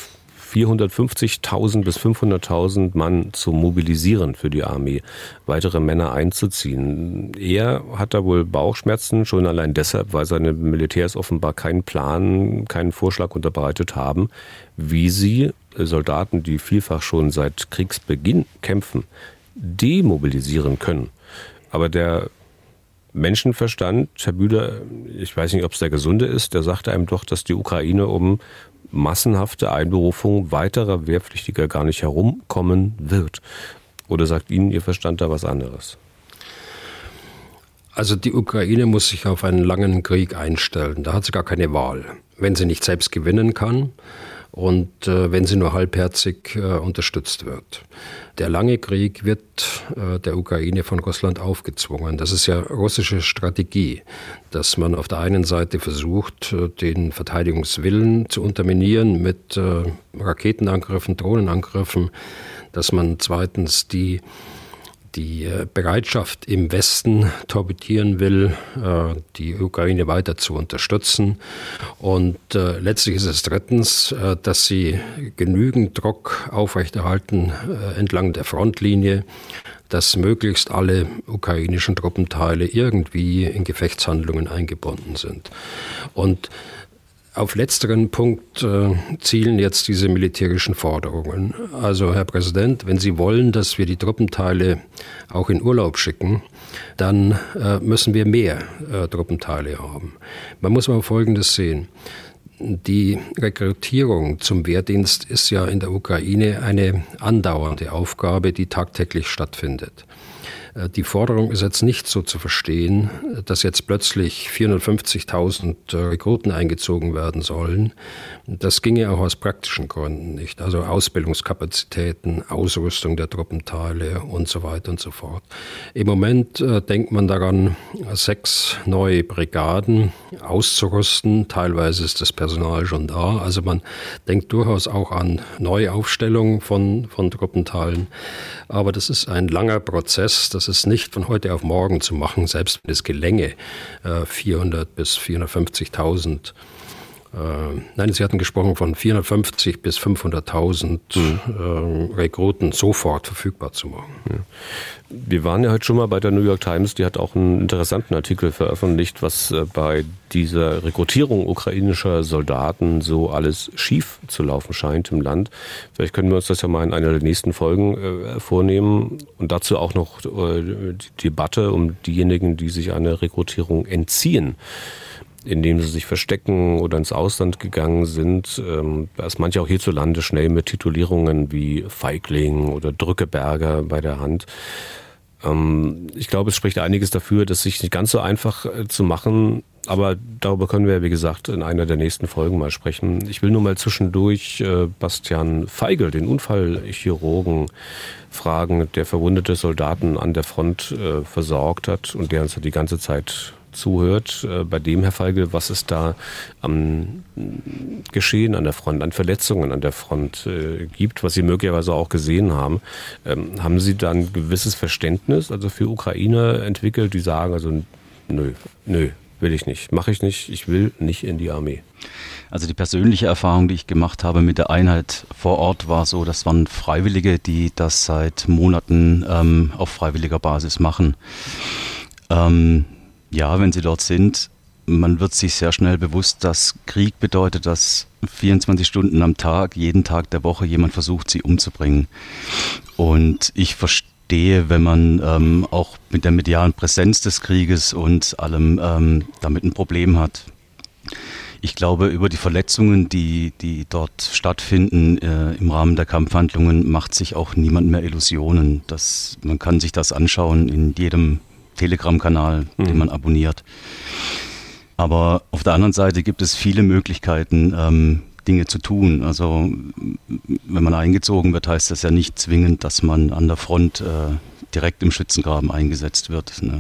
450.000 bis 500.000 Mann zu mobilisieren für die Armee, weitere Männer einzuziehen. Er hat da wohl Bauchschmerzen, schon allein deshalb, weil seine Militärs offenbar keinen Plan, keinen Vorschlag unterbreitet haben, wie sie Soldaten, die vielfach schon seit Kriegsbeginn kämpfen, demobilisieren können. Aber der Menschenverstand, Herr Bühler, ich weiß nicht, ob es der gesunde ist, der sagte einem doch, dass die Ukraine um massenhafte Einberufung weiterer Wehrpflichtiger gar nicht herumkommen wird. Oder sagt Ihnen Ihr Verstand da was anderes? Also die Ukraine muss sich auf einen langen Krieg einstellen. Da hat sie gar keine Wahl. Wenn sie nicht selbst gewinnen kann und wenn sie nur halbherzig unterstützt wird. Der lange Krieg wird der Ukraine von Russland aufgezwungen. Das ist ja russische Strategie, dass man auf der einen Seite versucht, den Verteidigungswillen zu unterminieren mit Raketenangriffen, Drohnenangriffen, dass man zweitens die Bereitschaft im Westen torpedieren will, die Ukraine weiter zu unterstützen. Und letztlich ist es drittens, dass sie genügend Druck aufrechterhalten entlang der Frontlinie, dass möglichst alle ukrainischen Truppenteile irgendwie in Gefechtshandlungen eingebunden sind. Und auf letzteren Punkt zielen jetzt diese militärischen Forderungen. Also, Herr Präsident, wenn Sie wollen, dass wir die Truppenteile auch in Urlaub schicken, dann müssen wir mehr Truppenteile haben. Man muss mal Folgendes sehen. Die Rekrutierung zum Wehrdienst ist ja in der Ukraine eine andauernde Aufgabe, die tagtäglich stattfindet. Die Forderung ist jetzt nicht so zu verstehen, dass jetzt plötzlich 450.000 Rekruten eingezogen werden sollen. Das ginge auch aus praktischen Gründen nicht. Also Ausbildungskapazitäten, Ausrüstung der Truppenteile und so weiter und so fort. Im Moment denkt man daran, 6 neue Brigaden auszurüsten. Teilweise ist das Personal schon da. Also man denkt durchaus auch an Neuaufstellung von Truppenteilen. Aber das ist ein langer Prozess. Das ist nicht von heute auf morgen zu machen, selbst wenn es gelänge, 400.000 bis 450.000. Nein, Sie hatten gesprochen von 450.000 bis 500.000 Rekruten sofort verfügbar zu machen. Ja. Wir waren ja heute schon mal bei der New York Times, die hat auch einen interessanten Artikel veröffentlicht, was bei dieser Rekrutierung ukrainischer Soldaten so alles schief zu laufen scheint im Land. Vielleicht können wir uns das ja mal in einer der nächsten Folgen vornehmen und dazu auch noch die Debatte um diejenigen, die sich einer Rekrutierung entziehen. indem sie sich verstecken oder ins Ausland gegangen sind. Da ist manche auch hierzulande schnell mit Titulierungen wie Feigling oder Drückeberger bei der Hand. Ich glaube, es spricht einiges dafür, das sich nicht ganz so einfach zu machen, aber darüber können wir, wie gesagt, in einer der nächsten Folgen mal sprechen. Ich will nur mal zwischendurch Bastian Feigl, den Unfallchirurgen, fragen, der verwundete Soldaten an der Front versorgt hat und der uns die ganze Zeit zuhört. Bei dem, Herr Feigl, was ist da am Geschehen an der Front, an Verletzungen an der Front gibt, was Sie möglicherweise auch gesehen haben? Haben Sie da ein gewisses Verständnis also für Ukrainer entwickelt, die sagen, also nö, will ich nicht, mache ich nicht, ich will nicht in die Armee? Also die persönliche Erfahrung, die ich gemacht habe mit der Einheit vor Ort, war so, das waren Freiwillige, die das seit Monaten auf freiwilliger Basis machen. Ja, wenn sie dort sind, man wird sich sehr schnell bewusst, dass Krieg bedeutet, dass 24 Stunden am Tag, jeden Tag der Woche jemand versucht, sie umzubringen. Und ich verstehe, wenn man auch mit der medialen Präsenz des Krieges und allem damit ein Problem hat. Ich glaube, über die Verletzungen, die dort stattfinden im Rahmen der Kampfhandlungen, macht sich auch niemand mehr Illusionen. Man kann sich das anschauen in jedem Telegram-Kanal, den man abonniert. Aber auf der anderen Seite gibt es viele Möglichkeiten, Dinge zu tun. Also wenn man eingezogen wird, heißt das ja nicht zwingend, dass man an der Front direkt im Schützengraben eingesetzt wird. Ne?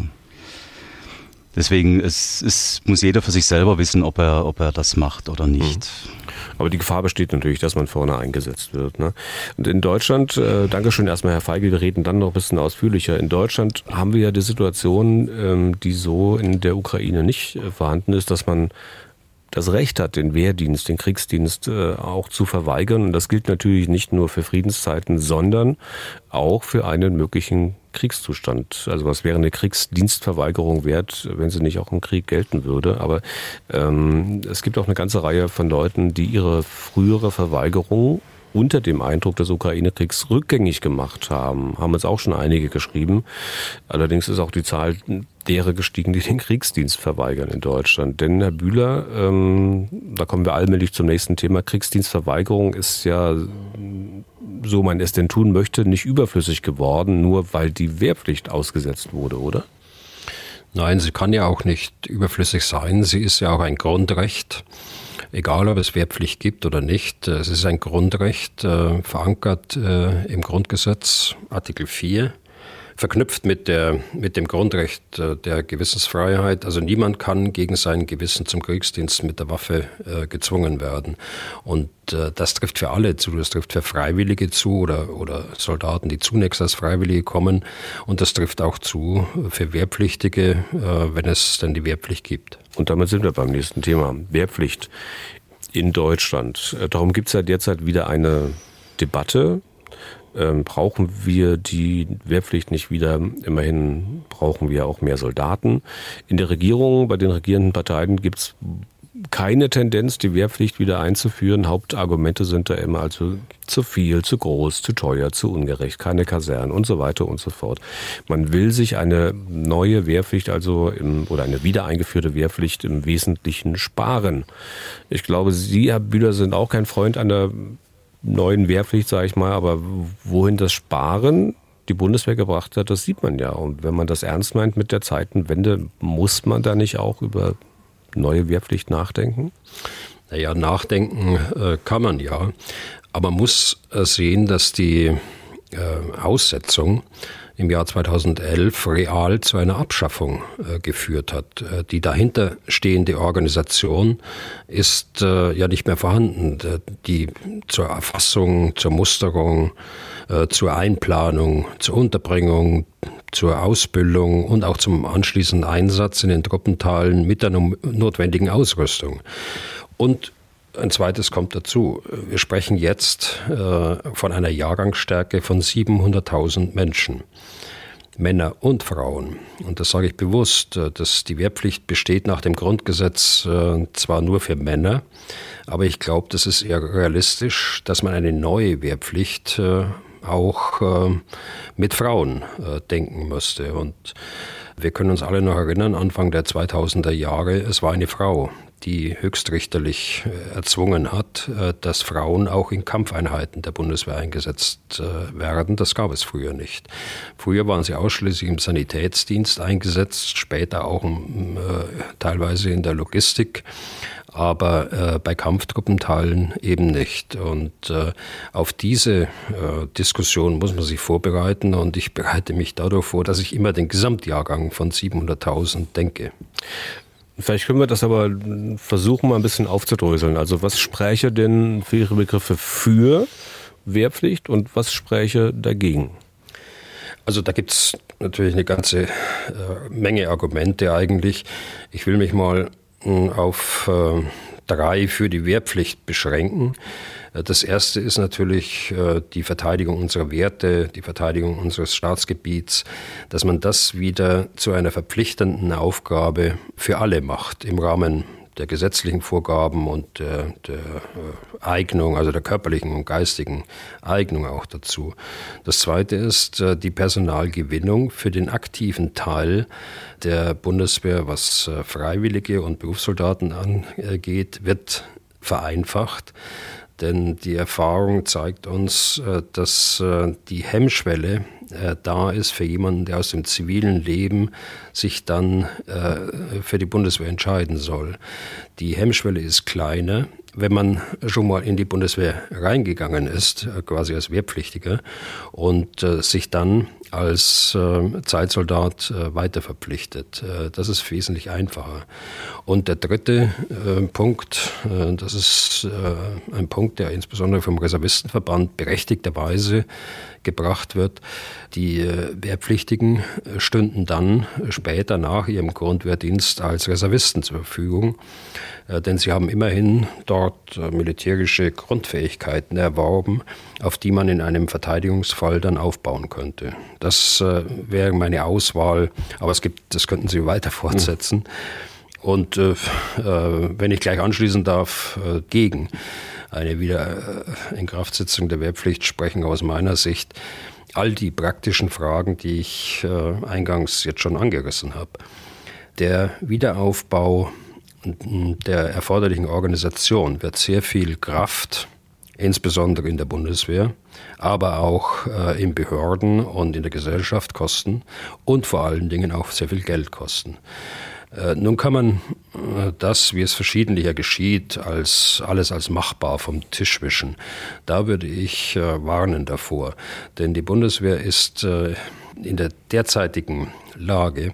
Deswegen es muss jeder für sich selber wissen, ob er das macht oder nicht. Aber die Gefahr besteht natürlich, dass man vorne eingesetzt wird. Ne? Und in Deutschland, Dankeschön erstmal Herr Feigl, wir reden dann noch ein bisschen ausführlicher. In Deutschland haben wir ja die Situation, die so in der Ukraine nicht vorhanden ist, dass man das Recht hat, den Wehrdienst, den Kriegsdienst auch zu verweigern. Und das gilt natürlich nicht nur für Friedenszeiten, sondern auch für einen möglichen Kriegszustand. Also was wäre eine Kriegsdienstverweigerung wert, wenn sie nicht auch im Krieg gelten würde. Aber es gibt auch eine ganze Reihe von Leuten, die ihre frühere Verweigerung unter dem Eindruck des Ukraine-Kriegs rückgängig gemacht haben. Haben uns auch schon einige geschrieben. Allerdings ist auch die Zahl derer gestiegen, die den Kriegsdienst verweigern in Deutschland. Denn, Herr Bühler, da kommen wir allmählich zum nächsten Thema, Kriegsdienstverweigerung ist ja, so man es denn tun möchte, nicht überflüssig geworden, nur weil die Wehrpflicht ausgesetzt wurde, oder? Nein, sie kann ja auch nicht überflüssig sein. Sie ist ja auch ein Grundrecht. Egal, ob es Wehrpflicht gibt oder nicht, es ist ein Grundrecht, verankert im Grundgesetz, Artikel 4, verknüpft mit dem Grundrecht der Gewissensfreiheit. Also niemand kann gegen sein Gewissen zum Kriegsdienst mit der Waffe gezwungen werden. Und das trifft für alle zu. Das trifft für Freiwillige zu oder Soldaten, die zunächst als Freiwillige kommen. Und das trifft auch zu für Wehrpflichtige, wenn es denn die Wehrpflicht gibt. Und damit sind wir beim nächsten Thema, Wehrpflicht in Deutschland. Darum gibt es ja derzeit wieder eine Debatte. Brauchen wir die Wehrpflicht nicht wieder? Immerhin brauchen wir auch mehr Soldaten. In der Regierung, bei den regierenden Parteien gibt es keine Tendenz, die Wehrpflicht wieder einzuführen. Hauptargumente sind da immer also zu viel, zu groß, zu teuer, zu ungerecht, keine Kasernen und so weiter und so fort. Man will sich eine neue Wehrpflicht oder eine wieder eingeführte Wehrpflicht im Wesentlichen sparen. Ich glaube, Sie, Herr Bühler, sind auch kein Freund einer neuen Wehrpflicht, sage ich mal, aber wohin das Sparen die Bundeswehr gebracht hat, das sieht man ja. Und wenn man das ernst meint mit der Zeitenwende, muss man da nicht auch über neue Wehrpflicht nachdenken? Naja, nachdenken kann man ja, aber man muss sehen, dass die Aussetzung im Jahr 2011 real zu einer Abschaffung geführt hat. Die dahinter stehende Organisation ist ja nicht mehr vorhanden. Die zur Erfassung, zur Musterung, zur Einplanung, zur Unterbringung, zur Ausbildung und auch zum anschließenden Einsatz in den Truppenteilen mit der notwendigen Ausrüstung. Und ein zweites kommt dazu. Wir sprechen jetzt von einer Jahrgangsstärke von 700.000 Menschen, Männer und Frauen. Und das sage ich bewusst, dass die Wehrpflicht besteht nach dem Grundgesetz zwar nur für Männer, aber ich glaube, das ist eher realistisch, dass man eine neue Wehrpflicht auch mit Frauen denken musste. Und wir können uns alle noch erinnern, Anfang der 2000er Jahre, es war eine Frau, die höchstrichterlich erzwungen hat, dass Frauen auch in Kampfeinheiten der Bundeswehr eingesetzt werden. Das gab es früher nicht. Früher waren sie ausschließlich im Sanitätsdienst eingesetzt, später auch teilweise in der Logistik, aber bei Kampftruppenteilen eben nicht. Und auf diese Diskussion muss man sich vorbereiten, und ich bereite mich dadurch vor, dass ich immer den Gesamtjahrgang von 700.000 denke. Vielleicht können wir das aber versuchen, mal ein bisschen aufzudröseln. Also was spräche denn für Ihre Begriffe für Wehrpflicht und was spräche dagegen? Also da gibt es natürlich eine ganze Menge Argumente eigentlich. Ich will mich mal auf 3 für die Wehrpflicht beschränken. Das erste ist natürlich die Verteidigung unserer Werte, die Verteidigung unseres Staatsgebiets, dass man das wieder zu einer verpflichtenden Aufgabe für alle macht im Rahmen der gesetzlichen Vorgaben und der Eignung, also der körperlichen und geistigen Eignung auch dazu. Das zweite ist die Personalgewinnung für den aktiven Teil der Bundeswehr, was Freiwillige und Berufssoldaten angeht, wird vereinfacht. Denn die Erfahrung zeigt uns, dass die Hemmschwelle da ist für jemanden, der aus dem zivilen Leben sich dann für die Bundeswehr entscheiden soll. Die Hemmschwelle ist kleiner, wenn man schon mal in die Bundeswehr reingegangen ist, quasi als Wehrpflichtiger, und sich dann als Zeitsoldat weiter verpflichtet. Das ist wesentlich einfacher. Und der dritte Punkt, das ist ein Punkt, der insbesondere vom Reservistenverband berechtigterweise gebracht wird. Die Wehrpflichtigen stünden dann später nach ihrem Grundwehrdienst als Reservisten zur Verfügung, denn sie haben immerhin dort militärische Grundfähigkeiten erworben, auf die man in einem Verteidigungsfall dann aufbauen könnte. Das wäre meine Auswahl, aber das könnten Sie weiter fortsetzen. Und wenn ich gleich anschließen darf, gegen eine Wiederinkraftsetzung der Wehrpflicht sprechen aus meiner Sicht all die praktischen Fragen, die ich eingangs jetzt schon angerissen habe. Der Wiederaufbau der erforderlichen Organisation wird sehr viel Kraft, insbesondere in der Bundeswehr, aber auch in Behörden und in der Gesellschaft kosten und vor allen Dingen auch sehr viel Geld kosten. Nun kann man das, wie es verschiedentlich geschieht, alles als machbar vom Tisch wischen. Da würde ich warnen davor, denn die Bundeswehr ist in der derzeitigen Lage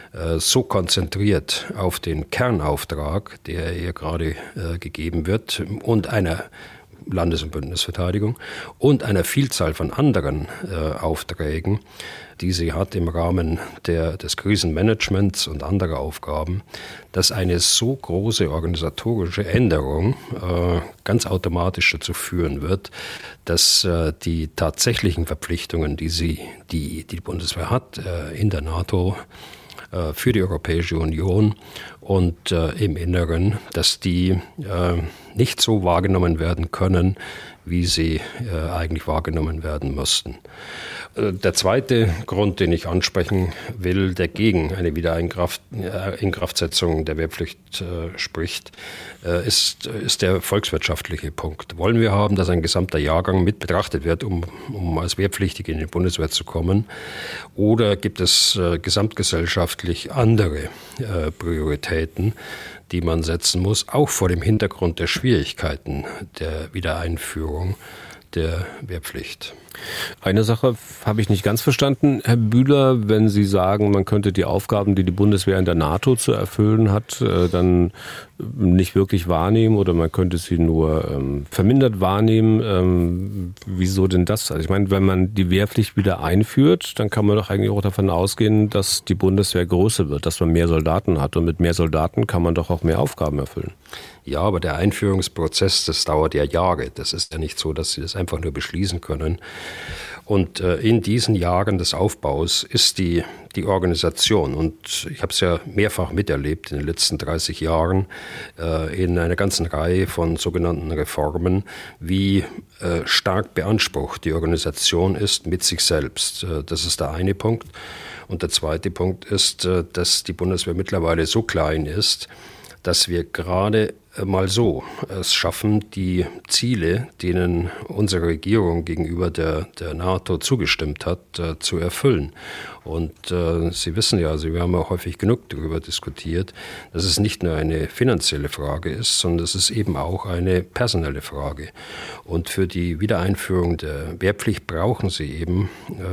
so konzentriert auf den Kernauftrag, der ihr gerade gegeben wird, und einer Landes- und Bündnisverteidigung und einer Vielzahl von anderen Aufträgen, die sie hat im Rahmen des Krisenmanagements und anderer Aufgaben, dass eine so große organisatorische Änderung ganz automatisch dazu führen wird, dass die tatsächlichen Verpflichtungen, die Bundeswehr hat in der NATO, für die Europäische Union und im Inneren, dass die nicht so wahrgenommen werden können, wie sie eigentlich wahrgenommen werden müssten. Der zweite Grund, den ich ansprechen will, der gegen eine Wiederinkraftsetzung der Wehrpflicht spricht, ist der volkswirtschaftliche Punkt. Wollen wir haben, dass ein gesamter Jahrgang mit betrachtet wird, um als Wehrpflichtige in die Bundeswehr zu kommen? Oder gibt es gesamtgesellschaftlich andere Prioritäten, die man setzen muss, auch vor dem Hintergrund der Schwierigkeiten der Wiedereinführung der Wehrpflicht? Eine Sache habe ich nicht ganz verstanden, Herr Bühler, wenn Sie sagen, man könnte die Aufgaben, die die Bundeswehr in der NATO zu erfüllen hat, dann nicht wirklich wahrnehmen oder man könnte sie nur vermindert wahrnehmen. Wieso denn das? Also ich meine, wenn man die Wehrpflicht wieder einführt, dann kann man doch eigentlich auch davon ausgehen, dass die Bundeswehr größer wird, dass man mehr Soldaten hat und mit mehr Soldaten kann man doch auch mehr Aufgaben erfüllen. Ja, aber der Einführungsprozess, das dauert ja Jahre. Das ist ja nicht so, dass Sie das einfach nur beschließen können. Und in diesen Jahren des Aufbaus ist die Organisation, und ich habe es ja mehrfach miterlebt in den letzten 30 Jahren, in einer ganzen Reihe von sogenannten Reformen, wie stark beansprucht die Organisation ist mit sich selbst. Das ist der eine Punkt. Und der zweite Punkt ist, dass die Bundeswehr mittlerweile so klein ist, dass wir gerade mal so es schaffen, die Ziele, denen unsere Regierung gegenüber der NATO zugestimmt hat, zu erfüllen. Und Sie wissen ja, wir haben auch häufig genug darüber diskutiert, dass es nicht nur eine finanzielle Frage ist, sondern es ist eben auch eine personelle Frage. Und für die Wiedereinführung der Wehrpflicht brauchen Sie eben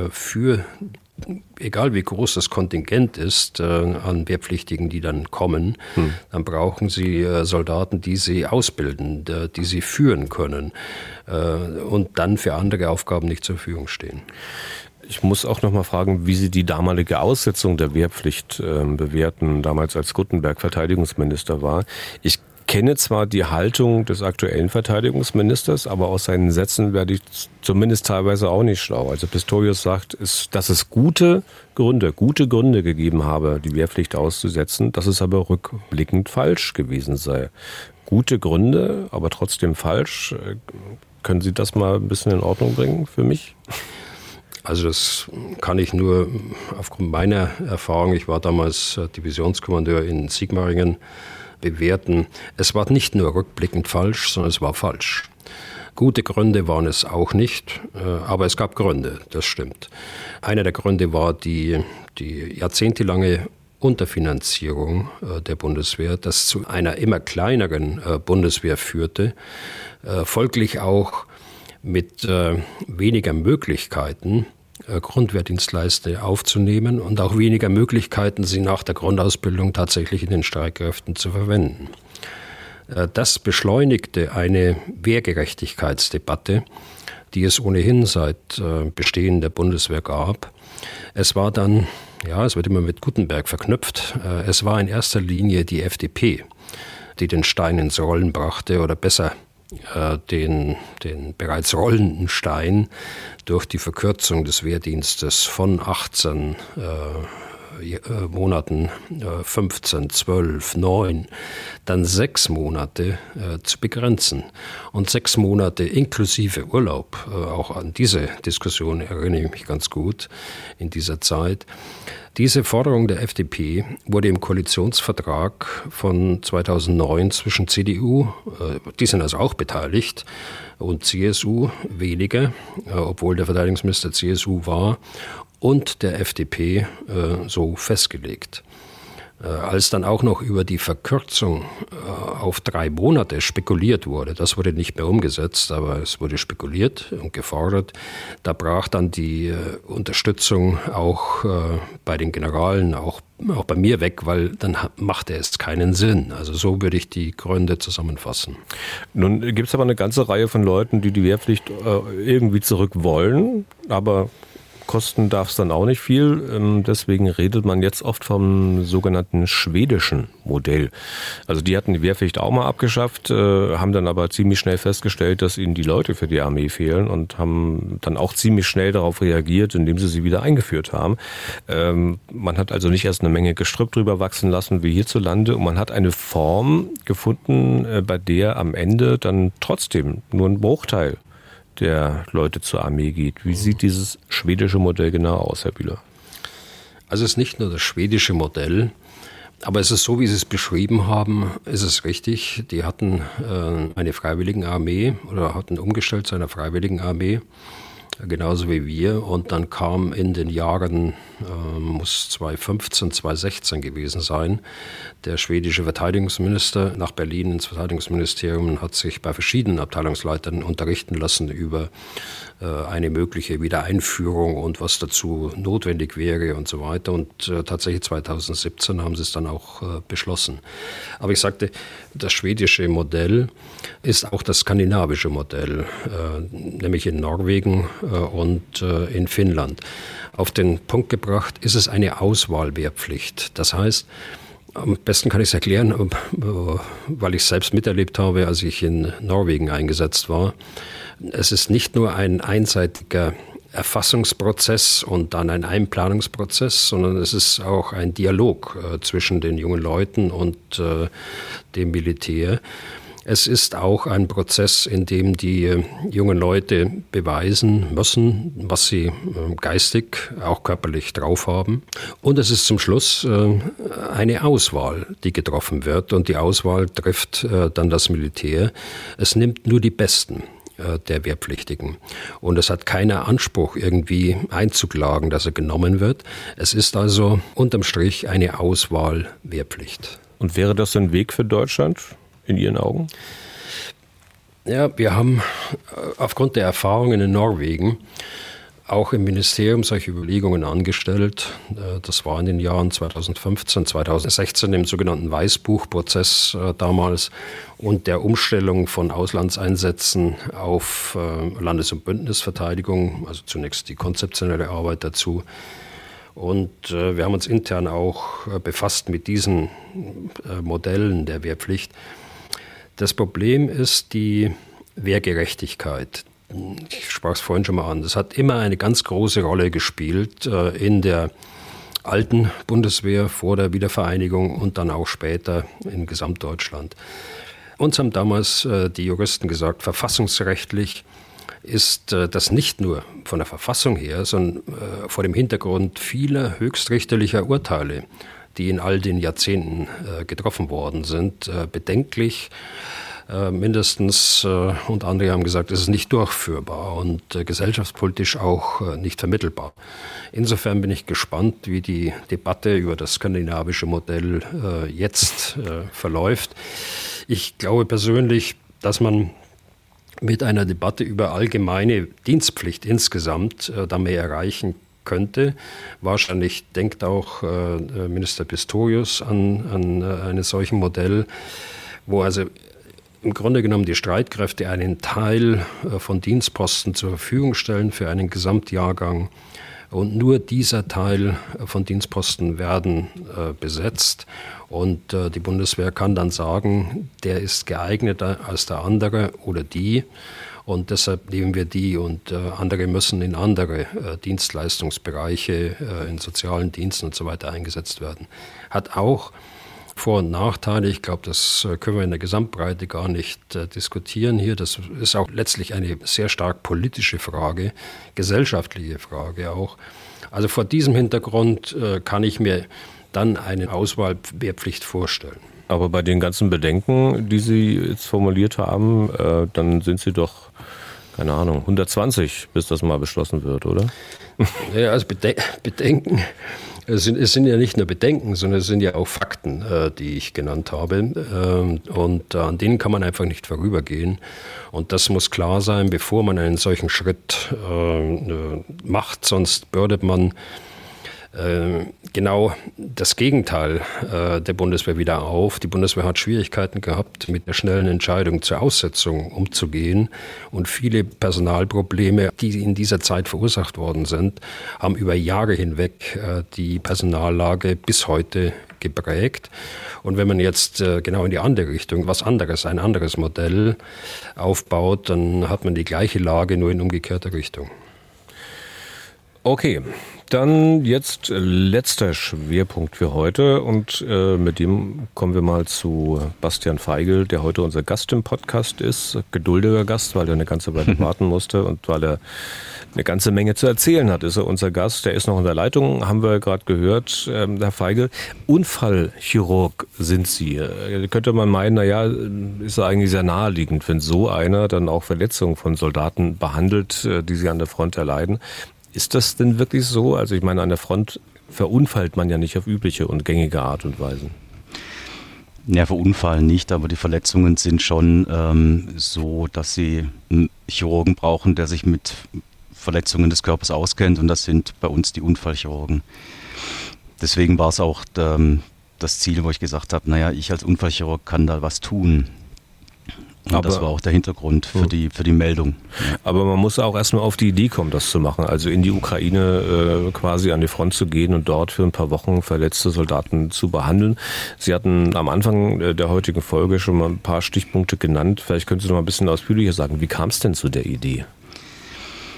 egal wie groß das Kontingent ist an Wehrpflichtigen, die dann kommen, dann brauchen Sie Soldaten, die sie ausbilden, die sie führen können und dann für andere Aufgaben nicht zur Verfügung stehen. Ich muss auch noch mal fragen, wie Sie die damalige Aussetzung der Wehrpflicht bewerten, damals als Guttenberg Verteidigungsminister war. Ich kenne zwar die Haltung des aktuellen Verteidigungsministers, aber aus seinen Sätzen werde ich zumindest teilweise auch nicht schlau. Also Pistorius sagt, dass es gute Gründe gegeben habe, die Wehrpflicht auszusetzen, dass es aber rückblickend falsch gewesen sei. Gute Gründe, aber trotzdem falsch. Können Sie das mal ein bisschen in Ordnung bringen für mich? Also das kann ich nur aufgrund meiner Erfahrung, ich war damals Divisionskommandeur in Sigmaringen, bewerten. Es war nicht nur rückblickend falsch, sondern es war falsch. Gute Gründe waren es auch nicht, aber es gab Gründe, das stimmt. Einer der Gründe war die jahrzehntelange Unterfinanzierung der Bundeswehr, das zu einer immer kleineren Bundeswehr führte, folglich auch mit weniger Möglichkeiten, Grundwehrdienstleister aufzunehmen und auch weniger Möglichkeiten, sie nach der Grundausbildung tatsächlich in den Streitkräften zu verwenden. Das beschleunigte eine Wehrgerechtigkeitsdebatte, die es ohnehin seit Bestehen der Bundeswehr gab. Es war dann, es wird immer mit Guttenberg verknüpft, es war in erster Linie die FDP, die den Stein ins Rollen brachte oder besser den bereits rollenden Stein durch die Verkürzung des Wehrdienstes von 18 Monaten, 15, 12, 9, dann 6 Monate zu begrenzen. Und 6 Monate inklusive Urlaub, auch an diese Diskussion erinnere ich mich ganz gut in dieser Zeit. Diese Forderung der FDP wurde im Koalitionsvertrag von 2009 zwischen CDU, die sind also auch beteiligt, und CSU weniger, obwohl der Verteidigungsminister CSU war, und der FDP so festgelegt. Als dann auch noch über die Verkürzung auf 3 Monate spekuliert wurde, das wurde nicht mehr umgesetzt, aber es wurde spekuliert und gefordert, da brach dann die Unterstützung auch bei den Generalen, auch bei mir weg, weil dann machte es keinen Sinn. Also so würde ich die Gründe zusammenfassen. Nun gibt es aber eine ganze Reihe von Leuten, die die Wehrpflicht irgendwie zurück wollen, aber kosten darf es dann auch nicht viel. Deswegen redet man jetzt oft vom sogenannten schwedischen Modell. Also die hatten die Wehrpflicht auch mal abgeschafft, haben dann aber ziemlich schnell festgestellt, dass ihnen die Leute für die Armee fehlen und haben dann auch ziemlich schnell darauf reagiert, indem sie wieder eingeführt haben. Man hat also nicht erst eine Menge Gestrüpp drüber wachsen lassen wie hierzulande und man hat eine Form gefunden, bei der am Ende dann trotzdem nur ein Bruchteil der Leute zur Armee geht. Wie sieht dieses schwedische Modell genau aus, Herr Bühler? Also es ist nicht nur das schwedische Modell, aber es ist so, wie Sie es beschrieben haben, ist es richtig. Die hatten eine Freiwilligenarmee oder hatten umgestellt zu einer Freiwilligenarmee, genauso wie wir. Und dann kam in den Jahren, muss 2015, 2016 gewesen sein, der schwedische Verteidigungsminister nach Berlin ins Verteidigungsministerium und hat sich bei verschiedenen Abteilungsleitern unterrichten lassen über eine mögliche Wiedereinführung und was dazu notwendig wäre und so weiter. Und tatsächlich 2017 haben sie es dann auch beschlossen. Aber ich sagte, das schwedische Modell ist auch das skandinavische Modell, nämlich in Norwegen und in Finnland. Auf den Punkt gebracht ist es eine Auswahlwehrpflicht. Das heißt, am besten kann ich es erklären, weil ich es selbst miterlebt habe, als ich in Norwegen eingesetzt war. Es ist nicht nur ein einseitiger Erfassungsprozess und dann ein Einplanungsprozess, sondern es ist auch ein Dialog zwischen den jungen Leuten und dem Militär. Es ist auch ein Prozess, in dem die jungen Leute beweisen müssen, was sie geistig, auch körperlich drauf haben. Und es ist zum Schluss eine Auswahl, die getroffen wird. Und die Auswahl trifft dann das Militär. Es nimmt nur die Besten der Wehrpflichtigen. Und es hat keiner Anspruch, irgendwie einzuklagen, dass er genommen wird. Es ist also unterm Strich eine Auswahl-Wehrpflicht. Und wäre das ein Weg für Deutschland in Ihren Augen? Ja, wir haben aufgrund der Erfahrungen in Norwegen auch im Ministerium solche Überlegungen angestellt. Das war in den Jahren 2015, 2016 im sogenannten Weißbuchprozess damals und der Umstellung von Auslandseinsätzen auf Landes- und Bündnisverteidigung, also zunächst die konzeptionelle Arbeit dazu. Und wir haben uns intern auch befasst mit diesen Modellen der Wehrpflicht. Das Problem ist die Wehrgerechtigkeit. Ich sprach es vorhin schon mal an. Das hat immer eine ganz große Rolle gespielt in der alten Bundeswehr vor der Wiedervereinigung und dann auch später in Gesamtdeutschland. Uns haben damals die Juristen gesagt, verfassungsrechtlich ist das nicht nur von der Verfassung her, sondern vor dem Hintergrund vieler höchstrichterlicher Urteile, die in all den Jahrzehnten getroffen worden sind, bedenklich. Mindestens, und andere haben gesagt, es ist nicht durchführbar und gesellschaftspolitisch auch nicht vermittelbar. Insofern bin ich gespannt, wie die Debatte über das skandinavische Modell jetzt verläuft. Ich glaube persönlich, dass man mit einer Debatte über allgemeine Dienstpflicht insgesamt da mehr erreichen könnte. Wahrscheinlich denkt auch Minister Pistorius an eines solchen Modell, wo also im Grunde genommen die Streitkräfte einen Teil von Dienstposten zur Verfügung stellen für einen Gesamtjahrgang. Und nur dieser Teil von Dienstposten werden besetzt. Und die Bundeswehr kann dann sagen, der ist geeigneter als der andere oder die. Und deshalb nehmen wir die und andere müssen in andere Dienstleistungsbereiche, in sozialen Diensten und so weiter eingesetzt werden. Hat auch Vor- und Nachteile. Ich glaube, das können wir in der Gesamtbreite gar nicht diskutieren hier. Das ist auch letztlich eine sehr stark politische Frage, gesellschaftliche Frage auch. Also vor diesem Hintergrund kann ich mir dann eine Auswahlwehrpflicht vorstellen. Aber bei den ganzen Bedenken, die Sie jetzt formuliert haben, dann sind Sie doch, keine Ahnung, 120, bis das mal beschlossen wird, oder? Ja, also Bedenken, es sind ja nicht nur Bedenken, sondern es sind ja auch Fakten, die ich genannt habe. Und an denen kann man einfach nicht vorübergehen. Und das muss klar sein, bevor man einen solchen Schritt macht, sonst bürdet man genau das Gegenteil der Bundeswehr wieder auf. Die Bundeswehr hat Schwierigkeiten gehabt, mit der schnellen Entscheidung zur Aussetzung umzugehen. Und viele Personalprobleme, die in dieser Zeit verursacht worden sind, haben über Jahre hinweg die Personallage bis heute geprägt. Und wenn man jetzt genau in die andere Richtung, ein anderes Modell aufbaut, dann hat man die gleiche Lage, nur in umgekehrter Richtung. Okay, dann jetzt letzter Schwerpunkt für heute und mit dem kommen wir mal zu Bastian Feigl, der heute unser Gast im Podcast ist. Geduldiger Gast, weil er eine ganze Weile warten musste und weil er eine ganze Menge zu erzählen hat, ist er unser Gast. Der ist noch in der Leitung, haben wir gerade gehört, Herr Feigl. Unfallchirurg sind Sie. Könnte man meinen, naja, ist ja eigentlich sehr naheliegend, wenn so einer dann auch Verletzungen von Soldaten behandelt, die sie an der Front erleiden. Ist das denn wirklich so? Also ich meine, an der Front verunfallt man ja nicht auf übliche und gängige Art und Weise. Ja, verunfallen nicht, aber die Verletzungen sind schon so, dass sie einen Chirurgen brauchen, der sich mit Verletzungen des Körpers auskennt, und das sind bei uns die Unfallchirurgen. Deswegen war es auch das Ziel, wo ich gesagt habe, naja, ich als Unfallchirurg kann da was tun. Und das war auch der Hintergrund für die Meldung. Ja. Aber man muss auch erstmal auf die Idee kommen, das zu machen. Also in die Ukraine quasi an die Front zu gehen und dort für ein paar Wochen verletzte Soldaten zu behandeln. Sie hatten am Anfang der heutigen Folge schon mal ein paar Stichpunkte genannt. Vielleicht können Sie noch mal ein bisschen ausführlicher sagen. Wie kam es denn zu der Idee?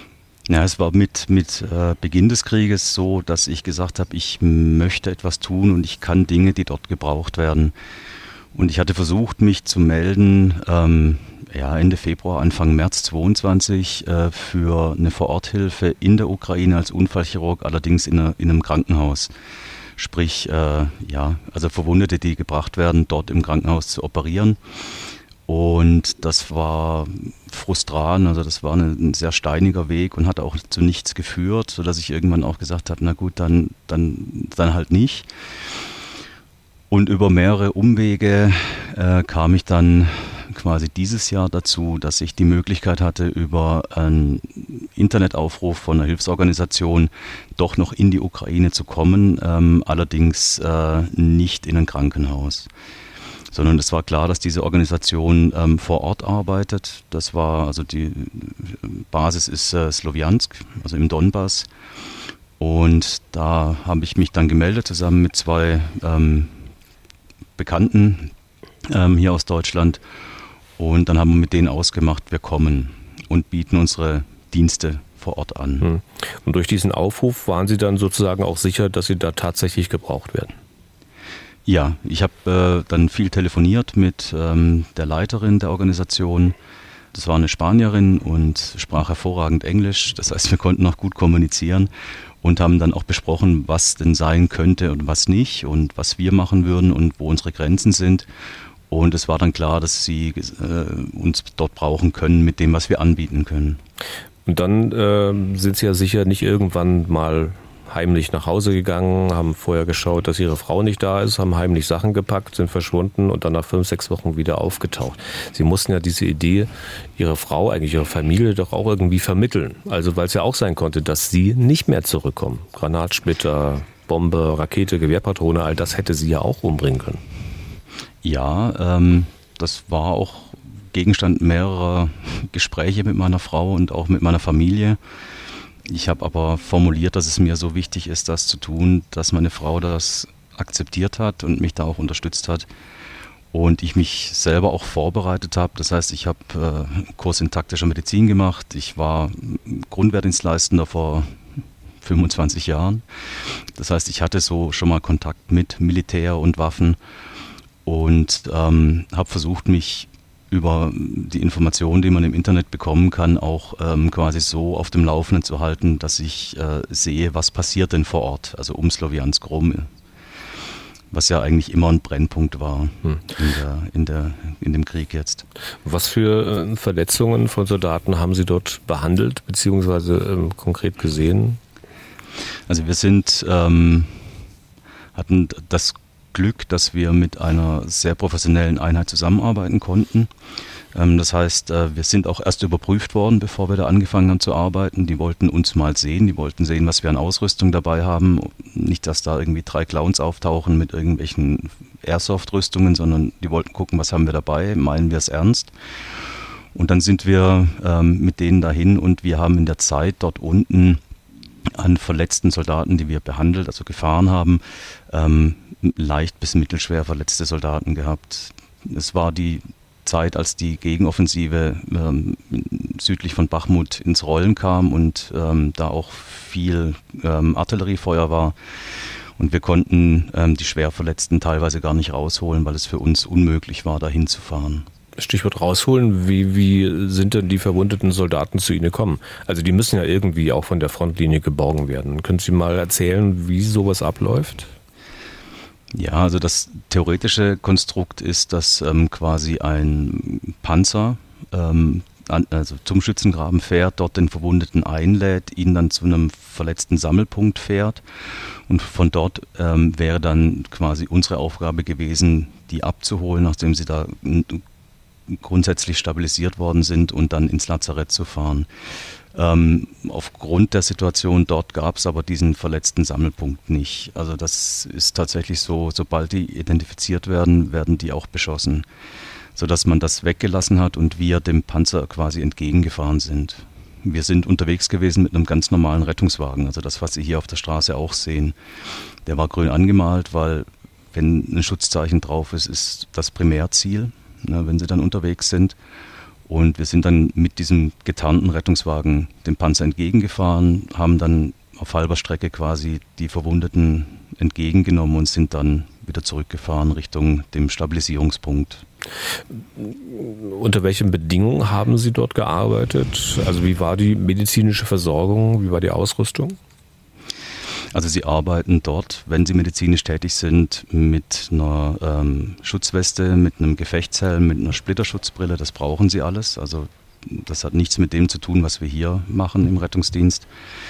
Ja, es war mit Beginn des Krieges so, dass ich gesagt habe, ich möchte etwas tun und ich kann Dinge, die dort gebraucht werden. Und ich hatte versucht, mich zu melden, Ende Februar, Anfang März 22 für eine Vororthilfe in der Ukraine als Unfallchirurg, allerdings in einem Krankenhaus. Sprich, also Verwundete, die gebracht werden, dort im Krankenhaus zu operieren. Und das war frustrant, also das war ein sehr steiniger Weg und hat auch zu nichts geführt, sodass ich irgendwann auch gesagt habe, na gut, dann halt nicht. Und über mehrere Umwege kam ich dann quasi dieses Jahr dazu, dass ich die Möglichkeit hatte, über einen Internetaufruf von einer Hilfsorganisation doch noch in die Ukraine zu kommen, allerdings nicht in ein Krankenhaus. Sondern es war klar, dass diese Organisation vor Ort arbeitet. Das war, also die Basis ist Slowiansk, also im Donbass. Und da habe ich mich dann gemeldet, zusammen mit zwei Bekannten hier aus Deutschland. Und dann haben wir mit denen ausgemacht, wir kommen und bieten unsere Dienste vor Ort an. Und durch diesen Aufruf waren Sie dann sozusagen auch sicher, dass Sie da tatsächlich gebraucht werden? Ja, ich habe dann viel telefoniert mit der Leiterin der Organisation. Das war eine Spanierin und sprach hervorragend Englisch. Das heißt, wir konnten auch gut kommunizieren und haben dann auch besprochen, was denn sein könnte und was nicht und was wir machen würden und wo unsere Grenzen sind. Und es war dann klar, dass sie uns dort brauchen können mit dem, was wir anbieten können. Und dann sind Sie ja sicher nicht irgendwann mal heimlich nach Hause gegangen, haben vorher geschaut, dass Ihre Frau nicht da ist, haben heimlich Sachen gepackt, sind verschwunden und dann nach 5-6 Wochen wieder aufgetaucht. Sie mussten ja diese Idee, Ihre Frau, eigentlich Ihre Familie doch auch irgendwie vermitteln. Also weil es ja auch sein konnte, dass Sie nicht mehr zurückkommen. Granatsplitter, Bombe, Rakete, Gewehrpatrone, all das hätte Sie ja auch umbringen können. Ja, das war auch Gegenstand mehrerer Gespräche mit meiner Frau und auch mit meiner Familie. Ich habe aber formuliert, dass es mir so wichtig ist, das zu tun, dass meine Frau das akzeptiert hat und mich da auch unterstützt hat. Und ich mich selber auch vorbereitet habe. Das heißt, ich habe einen Kurs in taktischer Medizin gemacht. Ich war Grundwehrdienstleistender vor 25 Jahren. Das heißt, ich hatte so schon mal Kontakt mit Militär und Waffen und habe versucht, mich über die Informationen, die man im Internet bekommen kann, auch quasi so auf dem Laufenden zu halten, dass ich sehe, was passiert denn vor Ort, also um Slowiansk rum, was ja eigentlich immer ein Brennpunkt war in dem Krieg jetzt. Was für Verletzungen von Soldaten haben Sie dort behandelt, beziehungsweise konkret gesehen? Also wir hatten das Glück, dass wir mit einer sehr professionellen Einheit zusammenarbeiten konnten. Das heißt, wir sind auch erst überprüft worden, bevor wir da angefangen haben zu arbeiten. Die wollten uns mal sehen, die wollten sehen, was wir an Ausrüstung dabei haben. Nicht, dass da irgendwie 3 Clowns auftauchen mit irgendwelchen Airsoft-Rüstungen, sondern die wollten gucken, was haben wir dabei, meinen wir es ernst. Und dann sind wir mit denen dahin und wir haben in der Zeit dort unten an verletzten Soldaten, die wir behandelt, also gefahren haben, leicht bis mittelschwer verletzte Soldaten gehabt. Es war die Zeit, als die Gegenoffensive südlich von Bachmut ins Rollen kam und da auch viel Artilleriefeuer war. Und wir konnten die Schwerverletzten teilweise gar nicht rausholen, weil es für uns unmöglich war, dahin zu fahren. Stichwort rausholen, wie sind denn die verwundeten Soldaten zu Ihnen gekommen? Also die müssen ja irgendwie auch von der Frontlinie geborgen werden. Können Sie mal erzählen, wie sowas abläuft? Ja, also das theoretische Konstrukt ist, dass quasi ein Panzer also zum Schützengraben fährt, dort den Verwundeten einlädt, ihn dann zu einem verletzten Sammelpunkt fährt und von dort wäre dann quasi unsere Aufgabe gewesen, die abzuholen, nachdem sie da grundsätzlich stabilisiert worden sind und dann ins Lazarett zu fahren. Aufgrund der Situation dort gab es aber diesen verletzten Sammelpunkt nicht. Also das ist tatsächlich so, sobald die identifiziert werden, werden die auch beschossen, sodass man das weggelassen hat und wir dem Panzer quasi entgegengefahren sind. Wir sind unterwegs gewesen mit einem ganz normalen Rettungswagen, also das, was Sie hier auf der Straße auch sehen. Der war grün angemalt, weil wenn ein Schutzzeichen drauf ist, ist das Primärziel, wenn Sie dann unterwegs sind. Und wir sind dann mit diesem getarnten Rettungswagen dem Panzer entgegengefahren, haben dann auf halber Strecke quasi die Verwundeten entgegengenommen und sind dann wieder zurückgefahren Richtung dem Stabilisierungspunkt. Unter welchen Bedingungen haben Sie dort gearbeitet? Also wie war die medizinische Versorgung, wie war die Ausrüstung? Also Sie arbeiten dort, wenn Sie medizinisch tätig sind, mit einer Schutzweste, mit einem Gefechtshelm, mit einer Splitterschutzbrille. Das brauchen Sie alles. Also das hat nichts mit dem zu tun, was wir hier machen im Rettungsdienst.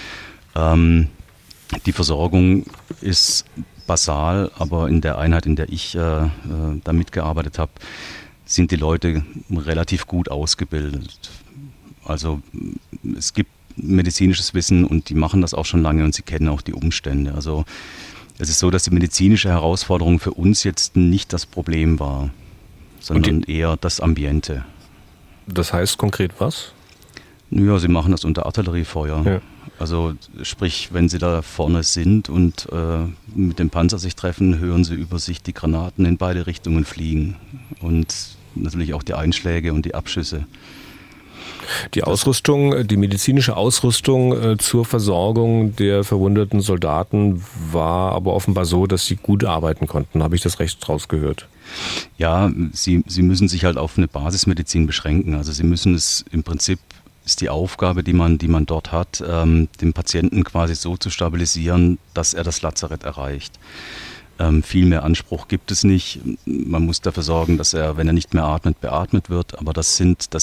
Die Versorgung ist basal, aber in der Einheit, in der ich da mitgearbeitet habe, sind die Leute relativ gut ausgebildet. Also es gibt medizinisches Wissen und die machen das auch schon lange und sie kennen auch die Umstände. Also es ist so, dass die medizinische Herausforderung für uns jetzt nicht das Problem war, sondern eher das Ambiente. Das heißt konkret was? Ja, sie machen das unter Artilleriefeuer. Ja. Also sprich, wenn sie da vorne sind und mit dem Panzer sich treffen, hören sie über sich die Granaten in beide Richtungen fliegen und natürlich auch die Einschläge und die Abschüsse. Die Ausrüstung, die medizinische Ausrüstung zur Versorgung der verwundeten Soldaten war aber offenbar so, dass sie gut arbeiten konnten. Habe ich das recht rausgehört? Ja, sie müssen sich halt auf eine Basismedizin beschränken. Also sie müssen es im Prinzip, ist die Aufgabe, die man dort hat, den Patienten quasi so zu stabilisieren, dass er das Lazarett erreicht. Viel mehr Anspruch gibt es nicht. Man muss dafür sorgen, dass er, wenn er nicht mehr atmet, beatmet wird. Aber das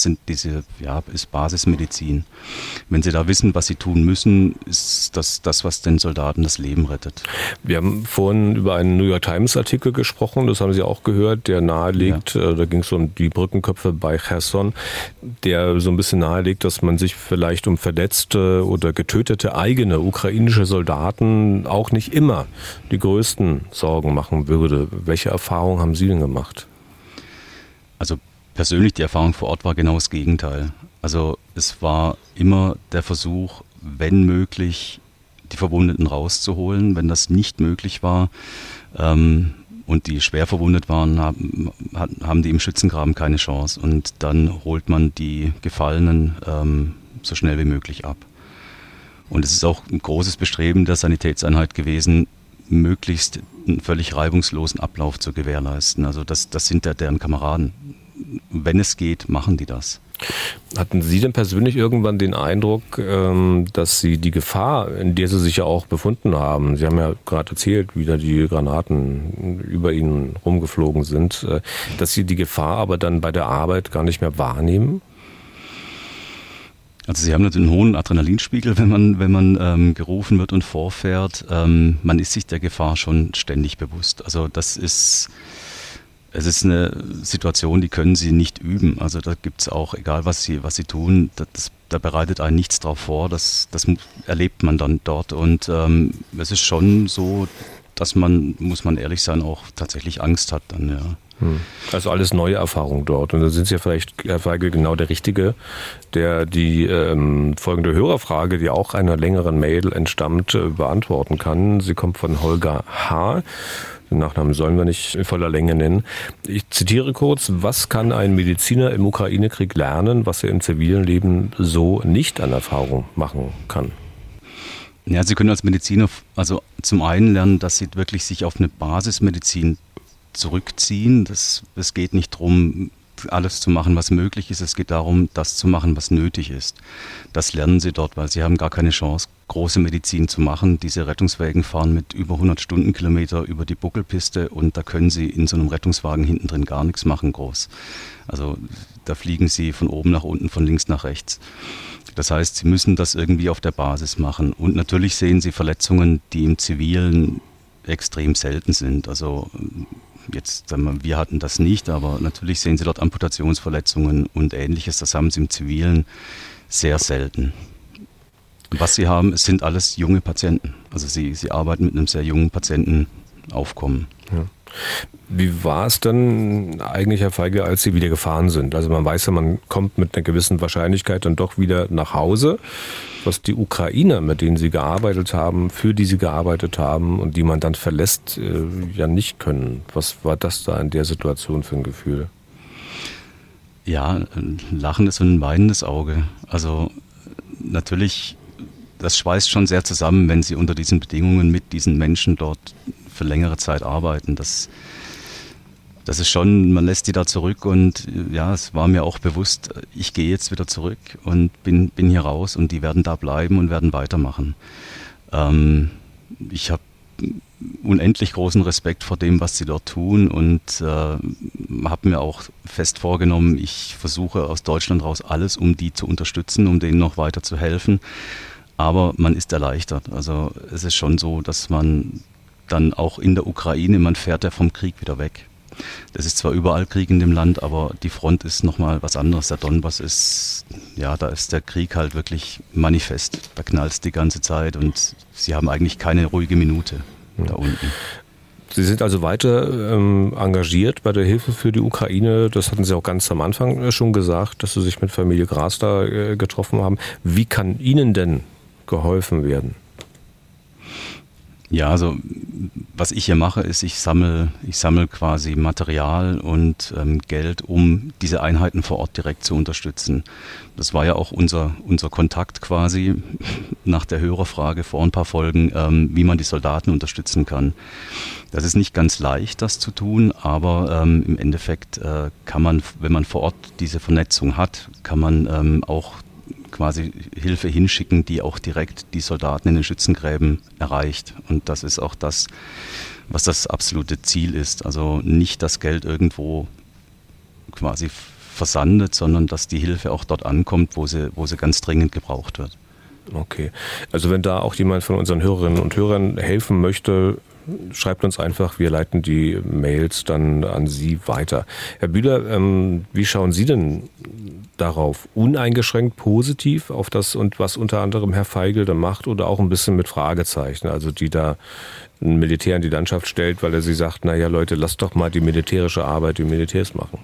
ist Basismedizin. Wenn Sie da wissen, was Sie tun müssen, ist das, was den Soldaten das Leben rettet. Wir haben vorhin über einen New York Times Artikel gesprochen, das haben Sie auch gehört, der nahelegt, da ging es um die Brückenköpfe bei Cherson, der so ein bisschen nahelegt, dass man sich vielleicht um verletzte oder getötete eigene ukrainische Soldaten auch nicht immer die größten Sorgen machen würde. Welche Erfahrungen haben Sie denn gemacht? Also persönlich die Erfahrung vor Ort war genau das Gegenteil. Also es war immer der Versuch, wenn möglich, die Verwundeten rauszuholen. Wenn das nicht möglich war und die schwer verwundet waren, haben die im Schützengraben keine Chance. Und dann holt man die Gefallenen so schnell wie möglich ab. Und es ist auch ein großes Bestreben der Sanitätseinheit gewesen, möglichst einen völlig reibungslosen Ablauf zu gewährleisten. Also das sind ja deren Kameraden. Wenn es geht, machen die das. Hatten Sie denn persönlich irgendwann den Eindruck, dass Sie die Gefahr, in der Sie sich ja auch befunden haben, Sie haben ja gerade erzählt, wie da die Granaten über Ihnen rumgeflogen sind, dass Sie die Gefahr aber dann bei der Arbeit gar nicht mehr wahrnehmen? Also Sie haben natürlich einen hohen Adrenalinspiegel, wenn man gerufen wird und vorfährt. Man ist sich der Gefahr schon ständig bewusst. Also es ist eine Situation, die können Sie nicht üben. Also da gibt es auch, egal was Sie tun, da bereitet einen nichts drauf vor. Das erlebt man dann dort. Und es ist schon so, dass man, muss man ehrlich sein, auch tatsächlich Angst hat dann, ja. Also alles neue Erfahrungen dort. Und da sind Sie ja vielleicht, Herr Feigl, genau der Richtige, der die folgende Hörerfrage, die auch einer längeren Mail entstammt, beantworten kann. Sie kommt von Holger H. Den Nachnamen sollen wir nicht in voller Länge nennen. Ich zitiere kurz: Was kann ein Mediziner im Ukraine-Krieg lernen, was er im zivilen Leben so nicht an Erfahrung machen kann? Ja, Sie können als Mediziner also zum einen lernen, dass Sie wirklich sich auf eine Basismedizin zurückziehen. Es geht nicht darum, alles zu machen, was möglich ist. Es geht darum, das zu machen, was nötig ist. Das lernen Sie dort, weil Sie haben gar keine Chance, große Medizin zu machen. Diese Rettungswägen fahren mit über 100 Stundenkilometer über die Buckelpiste und da können Sie in so einem Rettungswagen hinten drin gar nichts machen groß. Also da fliegen Sie von oben nach unten, von links nach rechts. Das heißt, Sie müssen das irgendwie auf der Basis machen. Und natürlich sehen Sie Verletzungen, die im Zivilen extrem selten sind. Also jetzt, sagen wir, wir hatten das nicht, aber natürlich sehen Sie dort Amputationsverletzungen und Ähnliches. Das haben Sie im Zivilen sehr selten. Was Sie haben, es sind alles junge Patienten. Also Sie arbeiten mit einem sehr jungen Patientenaufkommen. Ja. Wie war es denn eigentlich, Herr Feigl, als Sie wieder gefahren sind? Also man weiß ja, man kommt mit einer gewissen Wahrscheinlichkeit dann doch wieder nach Hause. Was die Ukrainer, mit denen Sie gearbeitet haben, für die Sie gearbeitet haben und die man dann verlässt, ja nicht können. Was war das da in der Situation für ein Gefühl? Ja, ein lachendes und ein weinendes Auge. Also natürlich, das schweißt schon sehr zusammen, wenn Sie unter diesen Bedingungen mit diesen Menschen dort für längere Zeit arbeiten. Das ist schon, man lässt die da zurück und ja, es war mir auch bewusst, ich gehe jetzt wieder zurück und bin hier raus und die werden da bleiben und werden weitermachen. Ich habe unendlich großen Respekt vor dem, was sie dort tun und habe mir auch fest vorgenommen, ich versuche aus Deutschland raus alles, um die zu unterstützen, um denen noch weiter zu helfen. Aber man ist erleichtert. Also es ist schon so, dass man dann auch in der Ukraine, man fährt ja vom Krieg wieder weg. Das ist zwar überall Krieg in dem Land, aber die Front ist nochmal was anderes. Der Donbass ist, ja, da ist der Krieg halt wirklich manifest. Da knallt es die ganze Zeit und sie haben eigentlich keine ruhige Minute da unten. Sie sind also weiter engagiert bei der Hilfe für die Ukraine. Das hatten Sie auch ganz am Anfang schon gesagt, dass Sie sich mit Familie Gras da getroffen haben. Wie kann Ihnen denn geholfen werden? Ja, also was ich hier mache, ist, ich sammle quasi Material und Geld, um diese Einheiten vor Ort direkt zu unterstützen. Das war ja auch unser Kontakt quasi nach der Hörerfrage vor ein paar Folgen, wie man die Soldaten unterstützen kann. Das ist nicht ganz leicht, das zu tun, aber im Endeffekt kann man, wenn man vor Ort diese Vernetzung hat, kann man auch quasi Hilfe hinschicken, die auch direkt die Soldaten in den Schützengräben erreicht. Und das ist auch das, was das absolute Ziel ist. Also nicht das Geld irgendwo quasi versandet, sondern dass die Hilfe auch dort ankommt, wo sie ganz dringend gebraucht wird. Okay. Also wenn da auch jemand von unseren Hörerinnen und Hörern helfen möchte, schreibt uns einfach, wir leiten die Mails dann an Sie weiter. Herr Bühler, wie schauen Sie denn darauf? Uneingeschränkt positiv auf das und was unter anderem Herr Feigl da macht oder auch ein bisschen mit Fragezeichen, also die da ein Militär in die Landschaft stellt, weil er sie sagt, naja Leute, lasst doch mal die militärische Arbeit die Militärs machen.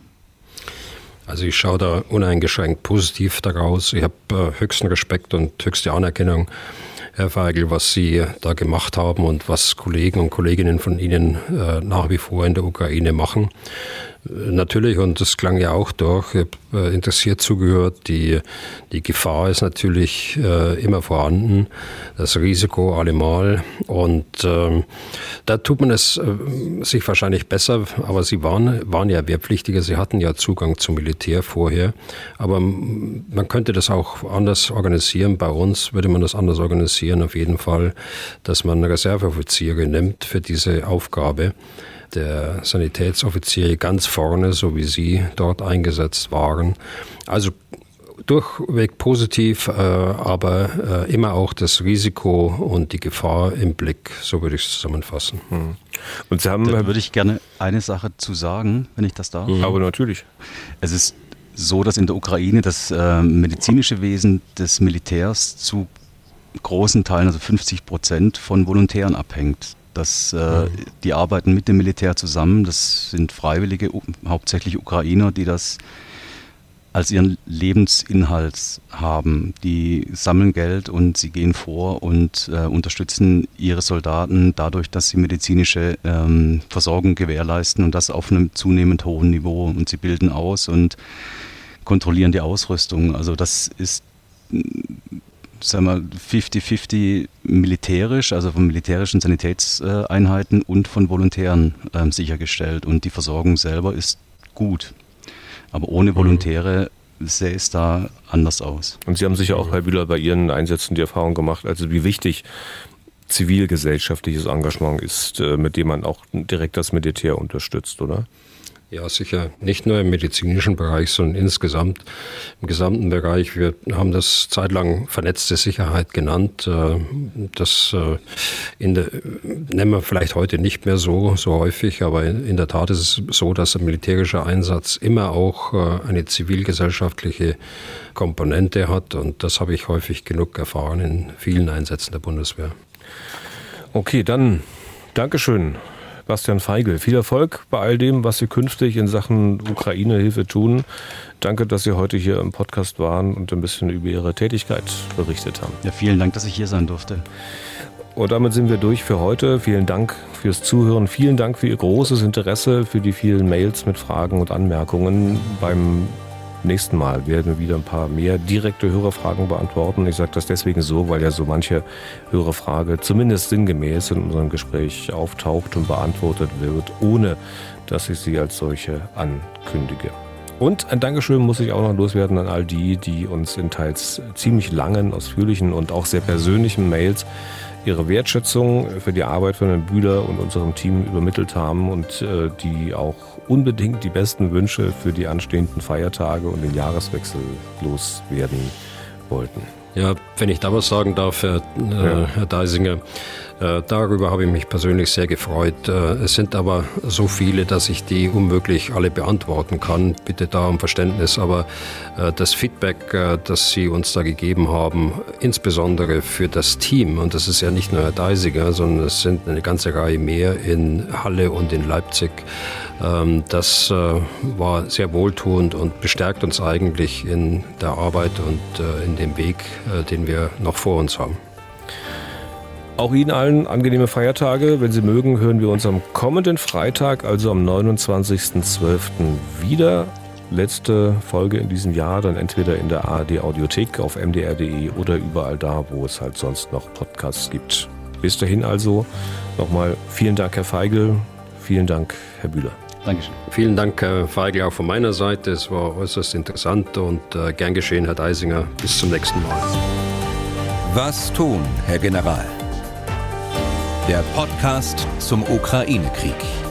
Also ich schaue da uneingeschränkt positiv daraus. Ich habe höchsten Respekt und höchste Anerkennung, Herr Feigl, was Sie da gemacht haben und was Kollegen und Kolleginnen von Ihnen nach wie vor in der Ukraine machen. Natürlich, und das klang ja auch durch, ich habe interessiert zugehört, die Gefahr ist natürlich immer vorhanden, das Risiko allemal. Und da tut man es sich wahrscheinlich besser, aber Sie waren ja Wehrpflichtige, Sie hatten ja Zugang zum Militär vorher. Aber man könnte das auch anders organisieren. Bei uns würde man das anders organisieren, auf jeden Fall, dass man Reserveoffiziere nimmt für diese Aufgabe. Der Sanitätsoffiziere ganz vorne, so wie Sie dort eingesetzt waren. Also durchweg positiv, aber immer auch das Risiko und die Gefahr im Blick, so würde ich es zusammenfassen. Und Sie haben, da würde ich gerne eine Sache zu sagen, wenn ich das darf. Aber natürlich. Es ist so, dass in der Ukraine das medizinische Wesen des Militärs zu großen Teilen, also 50% von Volontären abhängt. Die arbeiten mit dem Militär zusammen. Das sind Freiwillige, hauptsächlich Ukrainer, die das als ihren Lebensinhalt haben. Die sammeln Geld und sie gehen vor und unterstützen ihre Soldaten dadurch, dass sie medizinische Versorgung gewährleisten und das auf einem zunehmend hohen Niveau. Und sie bilden aus und kontrollieren die Ausrüstung. Also das ist, sagen wir, 50-50 militärisch, also von militärischen Sanitätseinheiten und von Volontären sichergestellt. Und die Versorgung selber ist gut. Aber ohne Volontäre sähe es da anders aus. Und Sie haben sicher auch, Herr Bühler, bei Ihren Einsätzen die Erfahrung gemacht, also wie wichtig zivilgesellschaftliches Engagement ist, mit dem man auch direkt das Militär unterstützt, oder? Ja, sicher. Nicht nur im medizinischen Bereich, sondern insgesamt im gesamten Bereich. Wir haben das zeitlang vernetzte Sicherheit genannt. Das nennen wir vielleicht heute nicht mehr so häufig, aber in der Tat ist es so, dass der militärische Einsatz immer auch eine zivilgesellschaftliche Komponente hat. Und das habe ich häufig genug erfahren in vielen Einsätzen der Bundeswehr. Okay, dann Dankeschön. Bastian Feigl, viel Erfolg bei all dem, was Sie künftig in Sachen Ukraine-Hilfe tun. Danke, dass Sie heute hier im Podcast waren und ein bisschen über Ihre Tätigkeit berichtet haben. Ja, vielen Dank, dass ich hier sein durfte. Und damit sind wir durch für heute. Vielen Dank fürs Zuhören. Vielen Dank für Ihr großes Interesse, für die vielen Mails mit Fragen und Anmerkungen. Beim nächsten Mal werden wir wieder ein paar mehr direkte Hörerfragen beantworten. Ich sage das deswegen so, weil ja so manche Hörerfrage zumindest sinngemäß in unserem Gespräch auftaucht und beantwortet wird, ohne dass ich sie als solche ankündige. Und ein Dankeschön muss ich auch noch loswerden an all die, die uns in teils ziemlich langen, ausführlichen und auch sehr persönlichen Mails ihre Wertschätzung für die Arbeit von Herrn Bühler und unserem Team übermittelt haben und die auch unbedingt die besten Wünsche für die anstehenden Feiertage und den Jahreswechsel loswerden wollten. Ja, wenn ich da was sagen darf, Herr Deisinger, darüber habe ich mich persönlich sehr gefreut. Es sind aber so viele, dass ich die unmöglich alle beantworten kann. Bitte da um Verständnis. Aber das Feedback, das Sie uns da gegeben haben, insbesondere für das Team, und das ist ja nicht nur Herr Deisinger, sondern es sind eine ganze Reihe mehr in Halle und in Leipzig, das war sehr wohltuend und bestärkt uns eigentlich in der Arbeit und in dem Weg, den wir noch vor uns haben. Auch Ihnen allen angenehme Feiertage. Wenn Sie mögen, hören wir uns am kommenden Freitag, also am 29.12. wieder. Letzte Folge in diesem Jahr, dann entweder in der ARD Audiothek auf mdr.de oder überall da, wo es halt sonst noch Podcasts gibt. Bis dahin also nochmal vielen Dank, Herr Feigl. Vielen Dank, Herr Bühler. Dankeschön. Vielen Dank, Herr Feigl, auch von meiner Seite. Es war äußerst interessant und gern geschehen, Herr Deisinger. Bis zum nächsten Mal. Was tun, Herr General? Der Podcast zum Ukraine-Krieg.